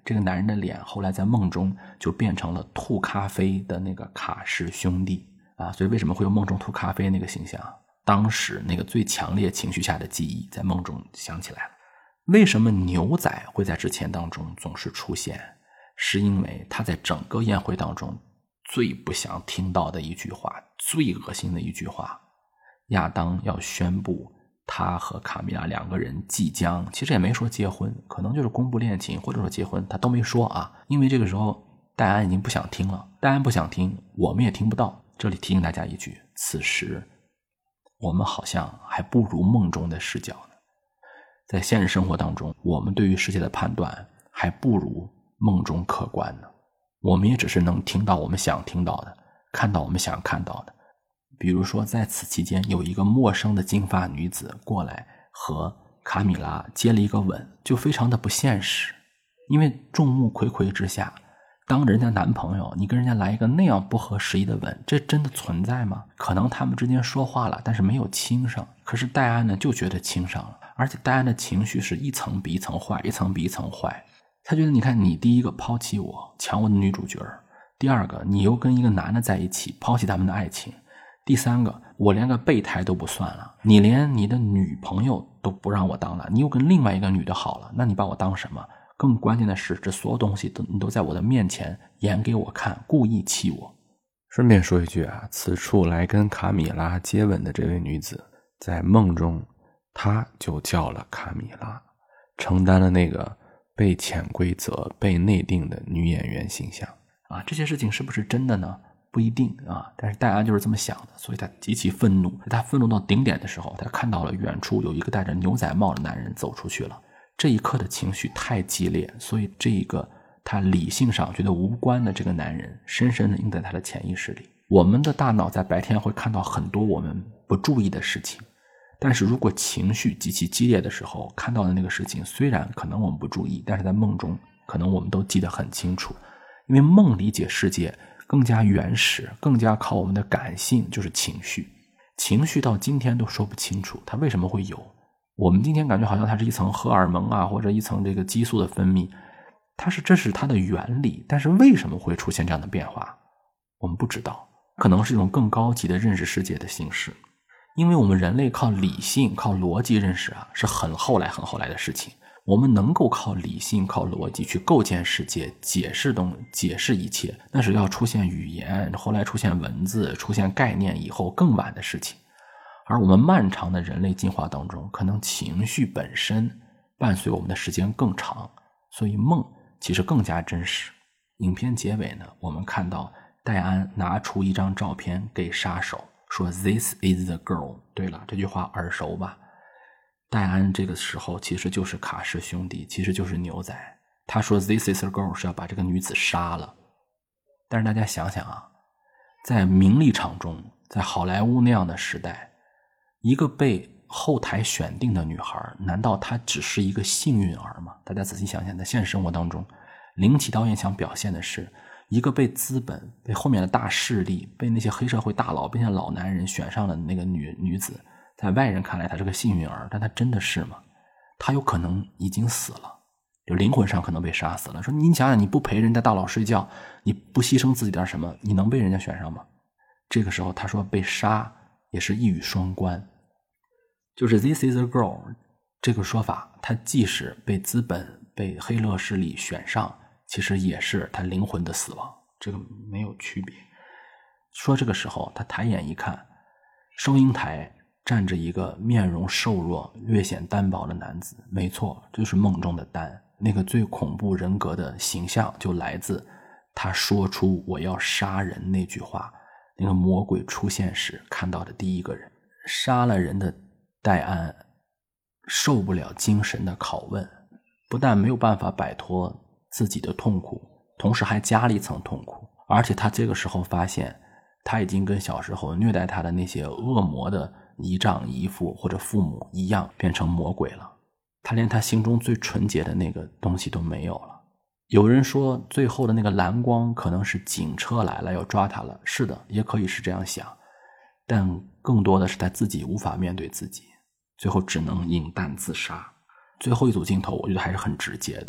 这个男人的脸后来在梦中就变成了吐咖啡的那个卡氏兄弟啊，所以为什么会有梦中吐咖啡那个形象？当时那个最强烈情绪下的记忆在梦中想起来了。为什么牛仔会在之前当中总是出现？是因为他在整个宴会当中最不想听到的一句话，最恶心的一句话。亚当要宣布他和卡米拉两个人即将，其实也没说结婚，可能就是公布恋情或者说结婚，他都没说啊。因为这个时候戴安已经不想听了，戴安不想听，我们也听不到。这里提醒大家一句，此时我们好像还不如梦中的视角呢。在现实生活当中，我们对于世界的判断还不如梦中客观呢。我们也只是能听到我们想听到的，看到我们想看到的。比如说在此期间有一个陌生的金发女子过来和卡米拉接了一个吻，就非常的不现实。因为众目睽睽之下，当人家男朋友你跟人家来一个那样不合时宜的吻，这真的存在吗？可能他们之间说话了，但是没有亲上。可是戴安呢就觉得亲上了，而且戴安的情绪是一层比一层坏，一层比一层坏。他觉得你看，你第一个抛弃我，抢我的女主角，第二个你又跟一个男的在一起，抛弃他们的爱情，第三个我连个备胎都不算了，你连你的女朋友都不让我当了，你又跟另外一个女的好了，那你把我当什么？更关键的是，这所有东西都你都在我的面前演给我看，故意气我。顺便说一句啊，此处来跟卡米拉接吻的这位女子，在梦中她就叫了卡米拉，承担了那个被潜规则被内定的女演员形象啊。这些事情是不是真的呢？不一定啊，但是戴安就是这么想的，所以他极其愤怒。他愤怒到顶点的时候，他看到了远处有一个戴着牛仔帽的男人走出去了。这一刻的情绪太激烈，所以这一个他理性上觉得无关的这个男人深深地印在他的潜意识里。我们的大脑在白天会看到很多我们不注意的事情，但是如果情绪极其激烈的时候，看到的那个事情虽然可能我们不注意，但是在梦中可能我们都记得很清楚。因为梦理解世界更加原始，更加靠我们的感性，就是情绪。情绪到今天都说不清楚它为什么会有，我们今天感觉好像它是一层荷尔蒙啊，或者一层这个激素的分泌，它是这是它的原理，但是为什么会出现这样的变化我们不知道，可能是一种更高级的认识世界的形式。因为我们人类靠理性靠逻辑认识啊，是很后来很后来的事情。我们能够靠理性靠逻辑去构建世界，解释东解释一切，那是要出现语言，后来出现文字，出现概念以后更晚的事情。而我们漫长的人类进化当中，可能情绪本身伴随我们的时间更长，所以梦其实更加真实。影片结尾呢，我们看到戴安拿出一张照片给杀手，说 This is the girl。 对了，这句话耳熟吧？戴安这个时候其实就是卡氏兄弟，其实就是牛仔。他说 This is the girl 是要把这个女子杀了。但是大家想想啊，在名利场中，在好莱坞那样的时代，一个被后台选定的女孩，难道她只是一个幸运儿吗？大家仔细想想，在现实生活当中，林奇导演想表现的是一个被资本、被后面的大势力、被那些黑社会大佬、被那些老男人选上的那个女女子，在外人看来她是个幸运儿，但她真的是吗？她有可能已经死了，就灵魂上可能被杀死了。说你想想，你不陪人家大佬睡觉，你不牺牲自己点什么，你能被人家选上吗？这个时候他说被杀也是一语双关，就是 This is a girl 这个说法，它既是被资本被黑乐势力选上，其实也是他灵魂的死亡，这个没有区别。说这个时候他抬眼一看，收银台站着一个面容瘦弱略显单薄的男子，没错，就是梦中的丹。那个最恐怖人格的形象就来自他说出我要杀人那句话，那个魔鬼出现时看到的第一个人。杀了人的戴安受不了精神的拷问，不但没有办法摆脱自己的痛苦，同时还加了一层痛苦。而且他这个时候发现他已经跟小时候虐待他的那些恶魔的姨丈姨父或者父母一样，变成魔鬼了。他连他心中最纯洁的那个东西都没有了。有人说最后的那个蓝光可能是警车来了要抓他了，是的，也可以是这样想，但更多的是他自己无法面对自己，最后只能饮弹自杀。最后一组镜头我觉得还是很直接的，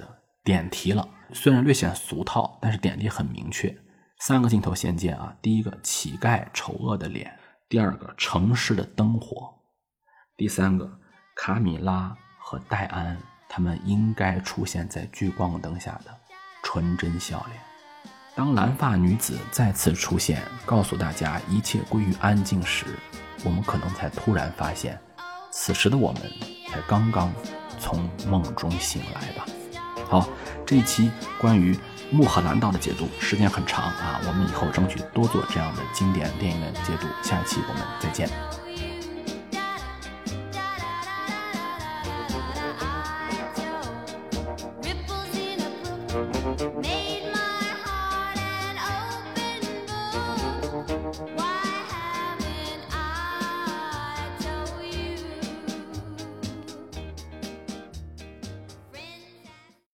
点题了，虽然略显俗套，但是点题很明确。三个镜头衔接啊，第一个乞丐丑恶的脸，第二个城市的灯火，第三个卡米拉和戴安他们应该出现在聚光灯下的纯真笑脸。当蓝发女子再次出现，告诉大家一切归于安静时，我们可能才突然发现，此时的我们才刚刚从梦中醒来吧。好，这一期关于穆赫兰道的解读时间很长啊，我们以后争取多做这样的经典电影的解读。下一期我们再见。 Ripples in a brook.